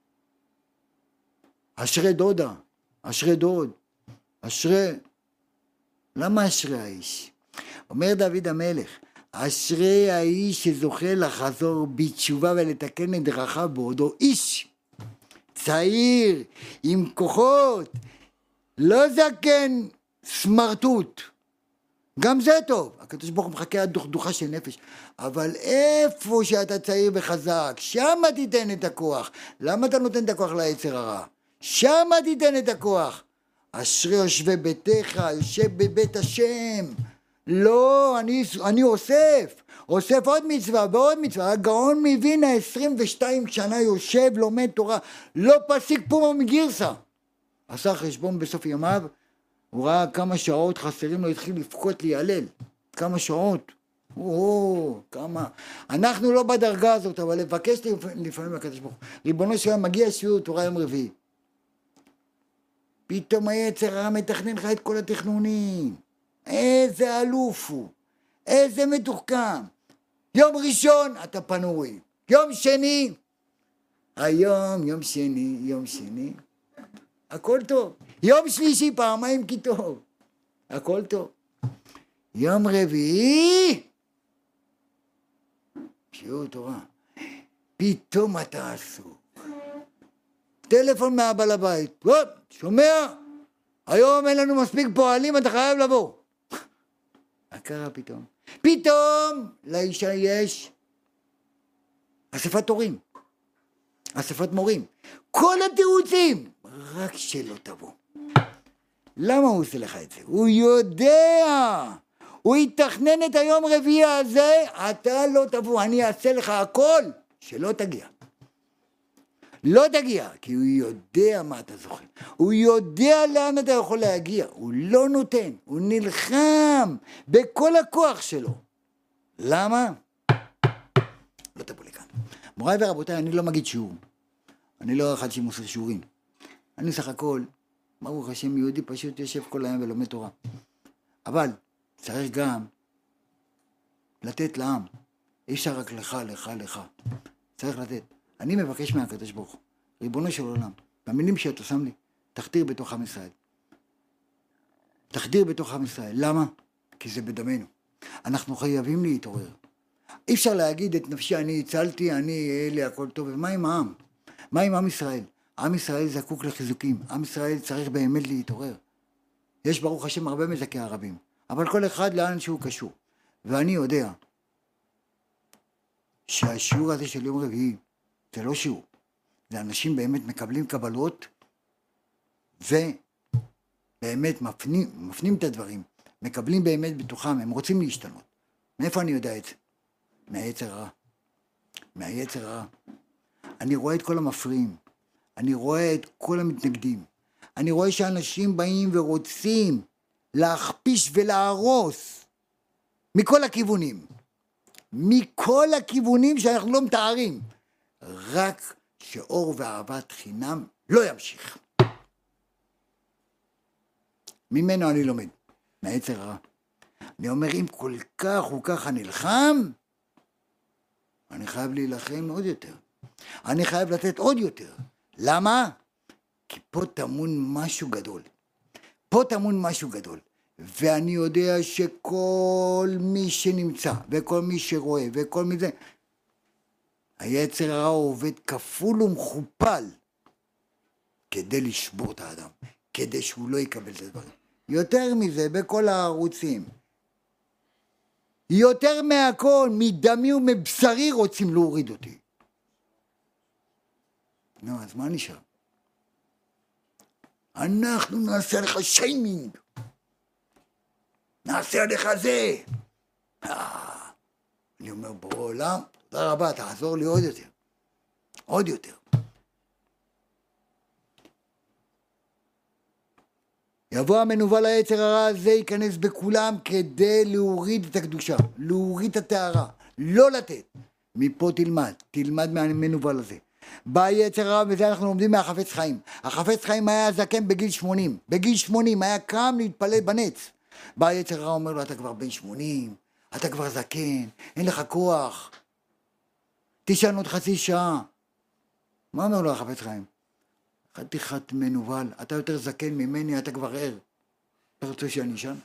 אשרי דודה, אשרי דוד, אשרי, למה אשרי האיש? אומר דוד המלך, אשרי האיש שזוכה לחזור בתשובה ולתקן את דרכיו בעודו איש צעיר עם כוחות, לא זקן סמרטוט. גם זה טוב, הקדוש ברוך הוא מחכה עד דוכדוכה של נפש, אבל איפה שאתה צעיר וחזק, שמה תיתן את הכוח. למה אתה נותן את הכוח ליצר הרע? שמה תיתן את הכוח. אשרי יושבי ביתך, יושב בבית השם. לא, אני אוסף עוד מצווה ועוד מצווה. הגאון מווילנה 22 שנה יושב, לומד תורה, לא פסיק פומו מגירסה. עשה חשבון בסוף ימיו, הוא ראה כמה שעות חסרים לו, התחיל לפקות להיעלל. כמה שעות. כמה. אנחנו לא בדרגה הזאת, אבל לבקש לפעמים הקדוש ברוך הוא. ריבונו של עולם, מגיע שיעור תורה יום רביעי. פתאום היצר הרע מתכנן לך את כל התכנונים. איזה אלוף הוא, איזה מתוחכם. יום ראשון אתה פנוי, יום שני, היום יום שני, הכל טוב. יום שלישי פעמיים כי טוב, הכל טוב. יום רביעי, שיעור תורה, פתאום אתה עסוק. טלפון מהבעל הבית, שומע? היום אין לנו מספיק פועלים, אתה חייב לבוא. מה קרה פתאום? פתאום לאישה יש אספת הורים, אספת מורים, כל התירוצים, רק שלא תבוא. למה הוא עושה לך את זה? הוא יודע, הוא יתכנן את היום רביעי הזה, אתה לא תבוא, אני אעשה לך הכל, שלא תגיע. לא תגיע, כי הוא יודע מה אתה זוכר. הוא יודע לאן אתה יכול להגיע. הוא לא נותן, הוא נלחם בכל הכוח שלו. למה? לא תבוא לכאן. מוריי ורבותיי, אני לא מגיד שיעור. אני לא אחד שמוסר שיעורים. אני סך הכל, ברוך השם, יהודי פשוט יושב כל היום ולומד תורה. אבל צריך גם לתת לעם. אי אפשר רק לך. צריך לתת. אני מבקש מהקדוש ברוך הוא, ריבונו של עולם, במילים שאתה שם לי, תחדיר בתוך עם ישראל. תחדיר בתוך עם ישראל. למה? כי זה בדמנו. אנחנו חייבים להתעורר. אי אפשר להגיד את נפשי, אני הצלתי, לי הכל טוב. ומה עם העם? מה עם עם ישראל? עם ישראל זקוק לחיזוקים. עם ישראל צריך באמת להתעורר. יש ברוך השם הרבה מזכי הרבים, אבל כל אחד לאן שהוא קשור. ואני יודע שהשיעור הזה של יום רביעי, זה לא שיעור, זה אנשים באמת מקבלים קבלות ובאמת מפנים את הדברים, מקבלים באמת בתוכם, הם רוצים להשתנות. מאיפה אני יודע את זה? מהיצר הרע. מהיצר הרע. אני רואה את כל המפריעים. אני רואה את כל המתנגדים. אני רואה שאנשים באים ורוצים להכפיש ולהרוס מכל הכיוונים. מכל הכיוונים שאנחנו לא מתארים. רק שאור ואהבת חינם לא ימשיך. ממנו אני לומד. מהיצר הרע. אני אומר, אם כל כך הוא ככה נלחם, אני חייב להילחם עוד יותר. אני חייב לתת עוד יותר. למה? כי פה טמון משהו גדול. פה טמון משהו גדול. ואני יודע שכל מי שנמצא, וכל מי שרואה, וכל מי זה, היצר הרע עובד כפול ומכופל, כדי לשבור את האדם, כדי שהוא לא יקבל את הדברים. יותר מזה, בכל הערוצים. יותר מהכל, מדמי ומבשרי רוצים להוריד אותי. נו, אז מה נשאר? אנחנו נעשה לך שיימינג. נעשה עליך זה. אני אומר, בורא עולם, תודה רבה, תעזור לי עוד יותר. עוד יותר. יבוא המנוול היצר הרע הזה, ייכנס בכולם כדי להוריד את הקדושה, להוריד את הטהרה, לא לתת. מפה תלמד מהמנוול הזה. בא יצר הרע, וזה אנחנו לומדים מהחפץ חיים. החפץ חיים היה זקן בגיל 80. בגיל 80 היה קם להתפלל בנץ. בא יצר הרע, אומר לו, אתה כבר בן 80, אתה כבר זקן, אין לך כוח. תישן עוד חצי שעה. מה אומר לו החפץ חיים? חתיכת מנוול, אתה יותר זקן ממני, אתה כבר ער. אתה רוצה שאני אשן?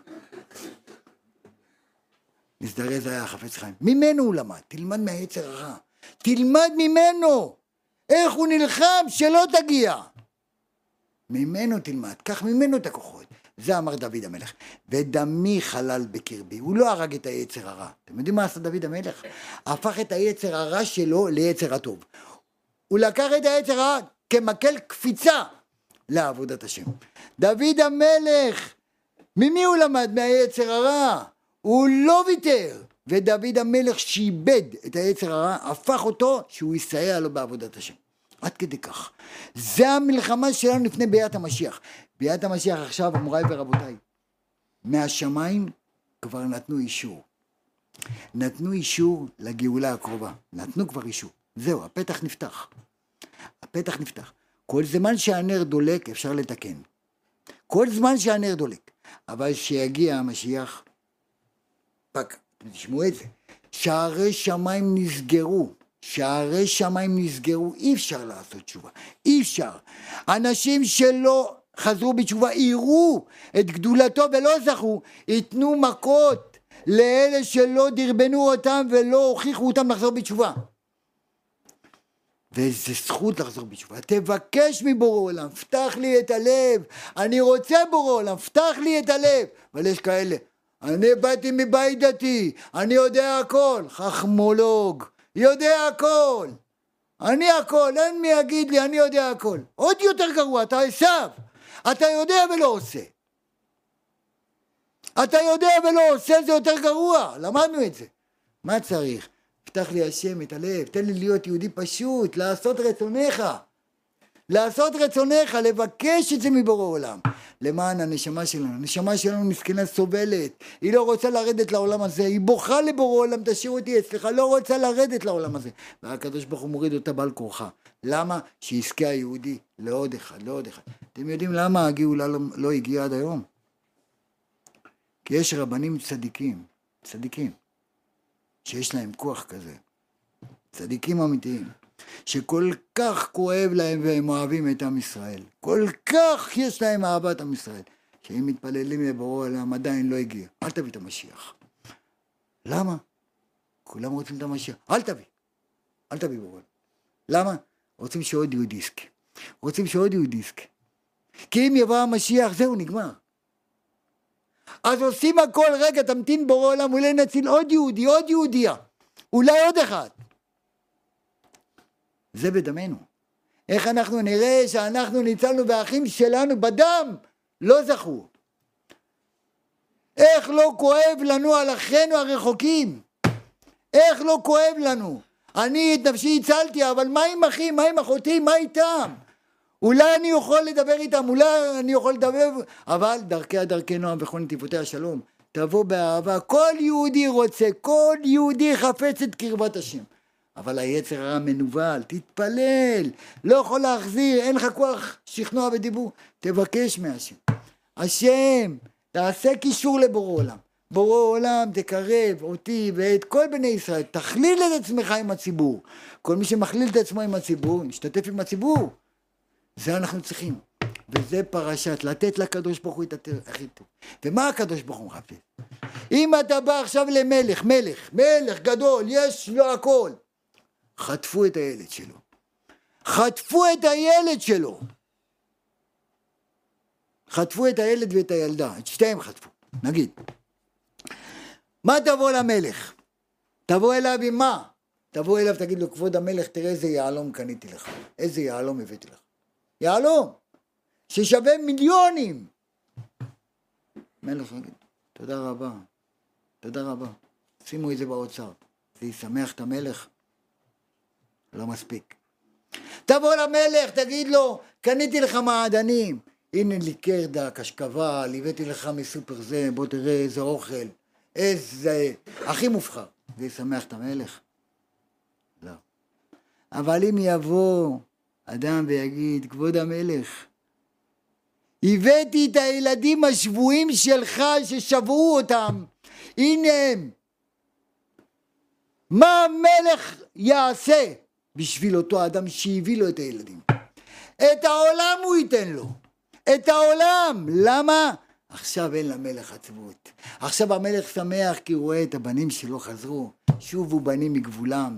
נזדרז היה החפץ חיים. ממנו הוא למד, תלמד מהיצר הרע. תלמד ממנו. איך הוא נלחם שלא תגיע. ממנו תלמד, קח ממנו את הכוחות. זה אמר דוד המלך. ודמי חלל בקרבי. הוא לא הרג את היצר הרע. אתם יודעים מה עשה דוד המלך? הפך את היצר הרע שלו ליצר הטוב. הוא לקח את היצר הרע כמקל קפיצה לעבודת השם. דוד המלך, ממי הוא למד? מהיצר הרע. הוא לא ויתר. ודוד המלך שאיבד את היצר הרע, הפך אותו שהוא יסייע לו בעבודת השם. עד כדי כך. זה המלחמה שלנו לפני ביאת המשיח. ביאת המשיח עכשיו, אמוריי ורבותיי, מהשמיים כבר נתנו אישור. נתנו אישור לגאולה הקרובה. נתנו כבר אישור. זהו, הפתח נפתח. הפתח נפתח. כל זמן שהנר דולק אפשר לתקן. כל זמן שהנר דולק. אבל שיגיע המשיח, פק, תשמעו את זה. שערי שמיים נסגרו. שערי שמיים נסגרו. אי אפשר לעשות תשובה. אי אפשר. אנשים שלא חזרו בתשובה, יראו את גדולתו ולא זכו, ייתנו מכות לאלה שלא דרבנו אותם ולא הוכיחו אותם לחזור בתשובה. ואיזה זכות לחזור בתשובה. תבקש מבורא עולם, פתח לי את הלב. אני רוצה בורא עולם, פתח לי את הלב. אבל יש כאלה, אני באתי מבית דתי, אני יודע הכל. חכמולוג, יודע הכל. אני הכל, אין מי יגיד לי, אני יודע הכל. עוד יותר גרוע, אתה עשיו. אתה יודע ולא עושה. אתה יודע ולא עושה, זה יותר גרוע. למדנו את זה. מה צריך? פתח לי השם את הלב, תן לי להיות יהודי פשוט, לעשות רצונך. לעשות רצונך, לבקש את זה מבורא עולם. למען הנשמה שלנו. הנשמה שלנו מסכנה סובלת. היא לא רוצה לרדת לעולם הזה. היא בוכה לבורא עולם, תשאיר אותי אצלך, לא רוצה לרדת לעולם הזה. והקדוש ברוך הוא מוריד אותה בעל כורחה. למה? שיזכה היהודי לעוד אחד, לעוד אחד. אתם יודעים למה הגאולה לא הגיעה עד היום? כי יש רבנים צדיקים, שיש להם כוח כזה. צדיקים אמיתיים. שכל כך כואב להם והם אוהבים את עם ישראל. כל כך יש להם אהבת עם ישראל. שהם מתפללים לבורא עולם עדיין לא הגיע. אל תביא את המשיח. למה? כולם רוצים את המשיח. אל תביא בורא. למה? רוצים שעוד יהודי יזכה. כי אם יבוא המשיח, זהו, נגמר. אז עושים הכל, רגע, תמתין בורא עולם, אולי נציל עוד יהודי, עוד יהודיה. אולי עוד אחד. זה בדמנו. איך אנחנו נראה שאנחנו ניצלנו והאחים שלנו בדם לא זכו. איך לא כואב לנו על אחינו הרחוקים? איך לא כואב לנו? אני את נפשי הצלתי, אבל מה עם אחים, מה עם אחותי, מה איתם? אולי אני יכול לדבר איתם, אולי אני יכול לדבר, אבל דרכי נועם וכל נתיבותיה השלום, תבוא באהבה. כל יהודי רוצה, כל יהודי חפץ את קרבת השם. אבל היצר הרע מנוול, תתפלל, לא יכול להחזיר, אין לך כוח שכנוע ודיבור, תבקש מהשם. השם, תעשה קישור לבורא עולם. בורא עולם תקרב אותי ואת כל בני ישראל, תכליל את עצמך עם הציבור. כל מי שמכליל את עצמו עם הציבור, משתתף עם הציבור. זה אנחנו צריכים. וזה פרשת, לתת לקדוש ברוך הוא את הכי טוב. ומה הקדוש ברוך הוא מחפש? אם אתה בא עכשיו למלך, מלך גדול, יש לו הכל. חטפו את הילד שלו. חטפו את הילד שלו. חטפו את הילד ואת הילדה, את שתיהם חטפו, נגיד. מה תבוא למלך? תבוא אליו עם מה? תבוא אליו, תגיד לו, כבוד המלך, תראה איזה יעלום קניתי לך. איזה יעלום הבאתי לך. יעלום, ששווה מיליונים. מלך יגיד, תודה רבה, תודה רבה. שימו את זה באוצר. זה ישמח את המלך. לא מספיק. תבוא למלך, תגיד לו, קניתי לך מעדנים. הנה לי קרדה, קשקבל, הבאתי לך מסופר זה, בוא תראה איזה אוכל. איזה, הכי מובחר. זה ישמח את המלך? לא. אבל אם יבוא אדם ויגיד, כבוד המלך, הבאתי את הילדים השבויים שלך ששברו אותם, הנה הם. מה המלך יעשה בשביל אותו אדם שהביא לו את הילדים? את העולם הוא ייתן לו. את העולם. למה? עכשיו אין למלך עצבות. עכשיו המלך שמח כי הוא רואה את הבנים שלו חזרו. שובו בנים מגבולם.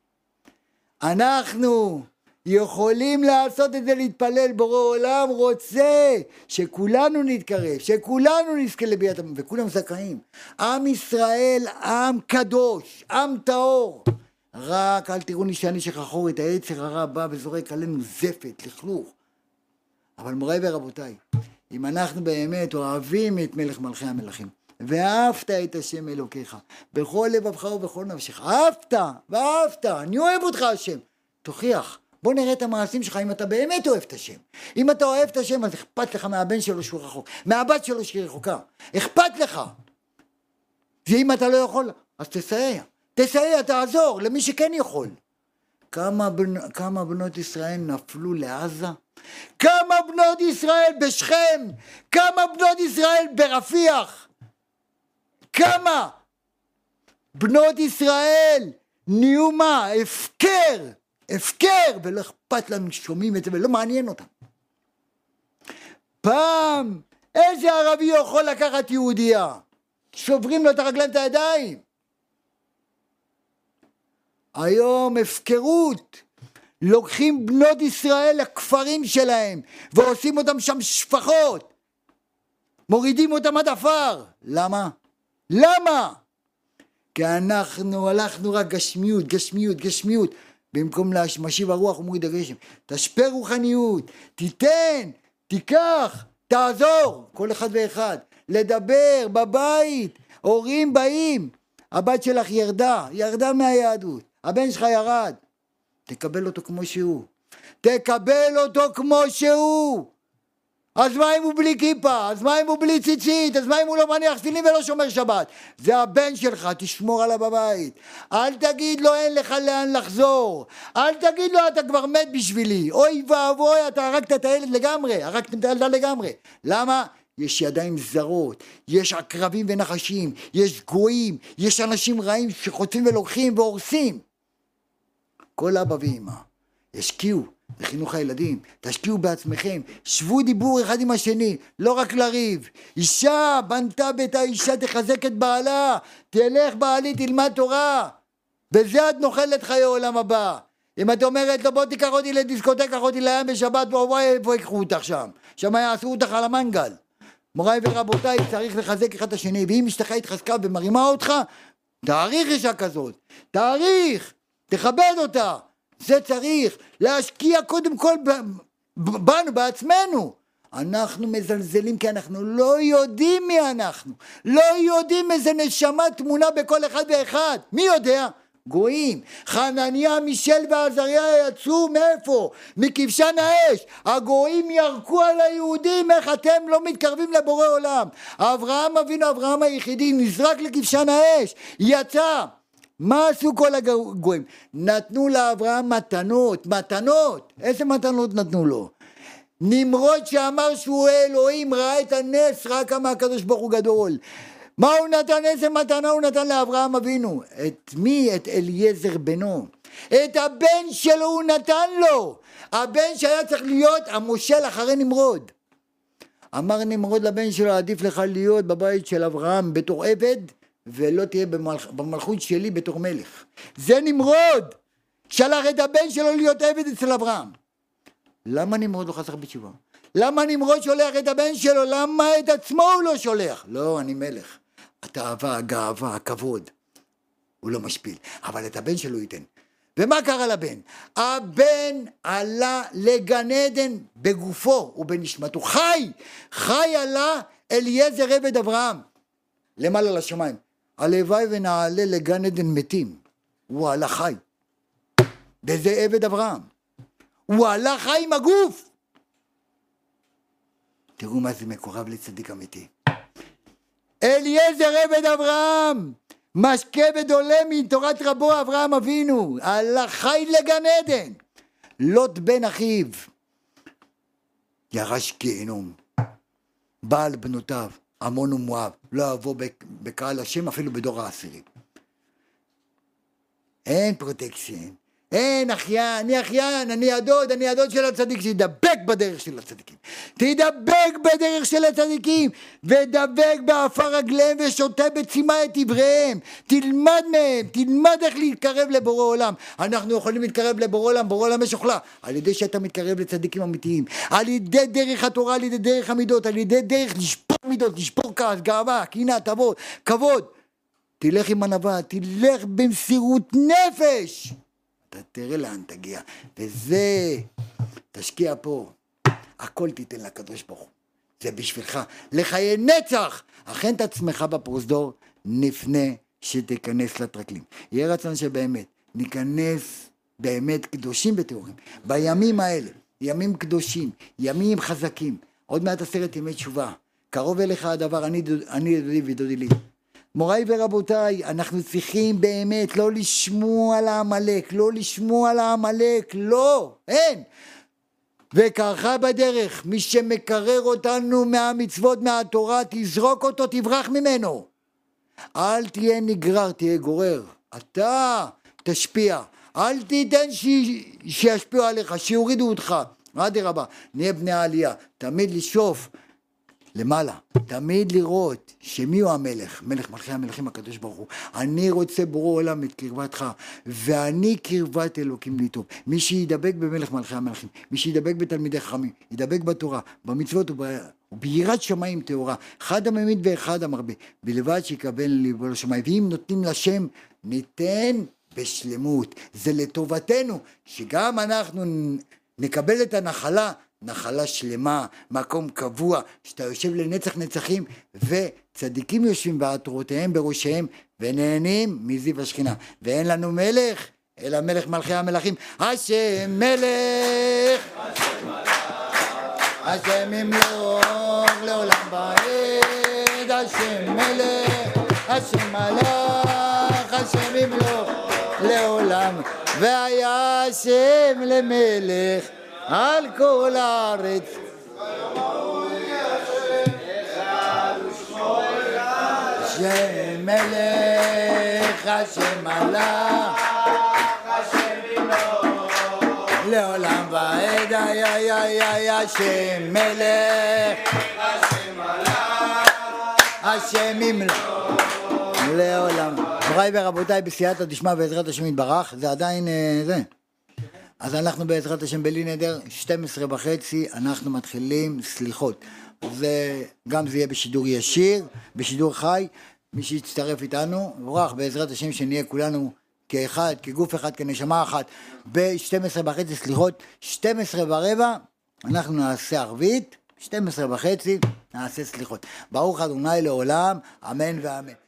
אנחנו יכולים לעשות את זה, להתפלל. בורא עולם רוצה שכולנו נתקרב, שכולנו נזכה לביאת המלך, וכולם זכאים. עם ישראל, עם קדוש, עם טהור. רק אל תראוני שאני שכחור, את היצר הרע בא וזורק עלינו זפת, לכלוך. אבל מוריי ורבותיי, אם אנחנו באמת אוהבים את מלך מלכי המלכים, ואהבת את השם אלוקיך, בכל לבבך ובכל נפשך, אהבת, אני אוהב אותך השם, תוכיח, בוא נראה את המעשים שלך, אם אתה באמת אוהב את השם. אם אתה אוהב את השם, אז אכפת לך מהבן שלו שהוא רחוק, מהבת שלו שהיא רחוקה, אכפת לך. ואם אתה לא יכול, אז תסייע, תעזור למי שכן יכול. כמה בנות ישראל נפלו לעזה? כמה בנות ישראל בשכם? כמה בנות ישראל ברפיח? כמה בנות ישראל נהיו מה? הפקר, ולא אכפת לנו, שומעים את זה ולא מעניין אותם. פעם איזה ערבי יכול לקחת יהודייה? שוברים לו את הרגליים, את הידיים. היום הפקרות. לוקחים בנות ישראל לכפרים שלהם ועושים אותם שם שפחות, מורידים אותם עד עפר. למה? כי אנחנו הלכנו רק גשמיות. במקום משיב הרוח ומוריד הגשם. תשפר רוחניות, תיתן, תיקח, תעזור, כל אחד ואחד, לדבר בבית. הורים באים, הבת שלך ירדה מהיהדות, הבן שלך ירד, תקבל אותו כמו שהוא. אז מה אם הוא בלי כיפה? אז מה אם הוא בלי ציצית? אז מה אם הוא לא מניח תפילין ולא שומר שבת? זה הבן שלך, תשמור עליו בבית. אל תגיד לו אין לך לאן לחזור. אל תגיד לו אתה כבר מת בשבילי. אוי ואבוי, אתה הרגת את הילד לגמרי, הרגתם את הילדה לגמרי. למה? יש ידיים זרות, יש עקרבים ונחשים, יש גויים, יש אנשים רעים שחוטפים ולוקחים והורסים. כל אבא ואמא, ישקיעו בחינוך הילדים, תשקיעו בעצמכם, שבו דיבור אחד עם השני, לא רק לריב. אישה בנתה ביתה, אישה תחזק את בעלה, תלך בעלי תלמד תורה, בזה את נוחלת חיי עולם הבא. אם את אומרת לו בוא תיקח אותי לדיסקוטק, קח אותי לים בשבת, וואי איפה יקחו אותך שם יעשו אותך על המנגל. מוריי ורבותיי, צריך לחזק אחד השני, ואם אשתך התחזקה ומרימה אותך, תעריך אישה כזאת, תכבד אותה. זה צריך להשקיע קודם כל בנו, בעצמנו. אנחנו מזלזלים כי אנחנו לא יודעים מי אנחנו, לא יודעים איזה נשמה תמונה בכל אחד ואחד. מי יודע? גויים. חנניה, מישל ועזריה יצאו מאיפה? מכבשן האש. הגויים ירקו על היהודים, איך אתם לא מתקרבים לבורא עולם? אברהם אבינו, אברהם היחידי, נזרק לכבשן האש, יצא. מה עשו כל הגויים? נתנו לאברהם מתנות. איזה מתנות נתנו לו? נמרוד שאמר שהוא אלוהים, ראה את הנס, ראה כמה הקדוש ברוך הוא גדול. מה הוא נתן? איזה מתנה הוא נתן לאברהם אבינו? את מי? את אליעזר בנו. את הבן שלו הוא נתן לו. הבן שהיה צריך להיות המושל אחרי נמרוד. אמר נמרוד לבן שלו, עדיף לך להיות בבית של אברהם בתור עבד, ולא תהיה במלכות שלי בתור מלך. זה נמרוד. שלח את הבן שלו להיות עבד אצל אברהם. למה נמרוד לא חזר בתשובה? למה נמרוד שולח את הבן שלו? למה את עצמו הוא לא שולח? לא, אני מלך. התאווה, הגאווה, הכבוד. הוא לא משפיל. אבל את הבן שלו ייתן. ומה קרה לבן? הבן עלה לגן עדן בגופו ובנשמתו. חי עלה אליעזר עבד אברהם. למעלה לשמיים. הלוואי ונעלה לגן עדן מתים. הוא עלה חי. וזה עבד אברהם. הוא עלה חי עם הגוף. תראו מה זה מקורב לצדיק אמיתי. אליעזר עבד אברהם, משקה ודולה מתורת רבו אברהם אבינו, עלה חי לגן עדן. לוט בן אחיו, ירש גיהנום, בעל בנותיו, עמון ומואב, לא אבוא בקהל השם אפילו בדור העשירי. אין פרוטקשן. אין אחיין, אני הדוד של הצדיק, שידבק בדרך של הצדיקים. תדבק בדרך של הצדיקים, ודבק באפר רגליהם ושותה בצימה את עבריהם. תלמד מהם, תלמד איך להתקרב לבורא עולם. אנחנו יכולים להתקרב לבורא עולם, בורא עולם יש אוכלה, על ידי שאתה מתקרב לצדיקים אמיתיים, על ידי דרך התורה, על ידי דרך המידות, על ידי דרך לשפור מידות, לשפור כעס, גאווה, קנאה, כבוד. תלך עם ענווה, תלך במסירות נפש. אתה תראה לאן תגיע, וזה תשקיע פה, הכל תיתן לקדוש ברוך הוא, זה בשבילך, לחיי נצח. אכן את עצמך בפרוזדור לפני שתיכנס לטרקלים. יהיה רצון שבאמת ניכנס באמת קדושים וטהורים בימים האלה, ימים קדושים, ימים חזקים. עוד מעט 10 ימי תשובה, קרוב אליך הדבר, אני דודי ודודי לי. מוריי ורבותיי, אנחנו צריכים באמת לא לשמוע על העמלק, לא, אין. וקרחה בדרך, מי שמקרר אותנו מהמצוות, מהתורה, תזרוק אותו, תברח ממנו. אל תהיה נגרר, תהיה גורר. אתה תשפיע. אל תיתן שישפיעו עליך, שיורידו אותך. אדרבה, נהיה בני העלייה, תמיד לשאוף למעלה, תמיד לראות שמי הוא המלך, מלך מלכי המלכים הקדוש ברוך הוא. אני רוצה בורא עולם את קרבתך, ואני קרבת אלוקים לי טוב. מי שידבק במלך מלכי המלכים, מי שידבק בתלמידי חכמים, ידבק בתורה, במצוות וביראת שמיים טהורה, אחד הממית ואחד המרבה, בלבד שיקבל ליבו לשמיים. ואם נותנים לשם, ניתן בשלמות. זה לטובתנו, שגם אנחנו נקבל את הנחלה, נחלה שלמה, מקום קבוע, שאתה יושב לנצח נצחים, וצדיקים יושבים בעטרותיהם בראשיהם, ונהנים מזיו השכינה. ואין לנו מלך, אלא מלך מלכי המלכים, השם מלך, השם ימלוך לעולם ועד, השם מלך, השם מלך, השם ימלוך לעולם, והיה השם למלך על כל הארץ. השם מלך, השם מלך, השם ימלוך לעולם ועד, השם מלך, השם מלך, השם ימלוך לעולם. מוריי ורבותיי, בסייעתא דשמיא בעזרת השם יתברך, זה עדיין זה. אז אנחנו בעזרת השם בלי נדר 12:30 אנחנו מתחילים סליחות. גם זה יהיה בשידור ישיר, בשידור חי. מי שיצטרף איתנו, ברוך בעזרת השם שנהיה כולנו כאחד, כגוף אחד, כנשמה אחת, ב12:30 סליחות. 12:15 אנחנו נעשה ערבית, 12:30 נעשה סליחות. ברוך ה' לעולם, אמן ואמן.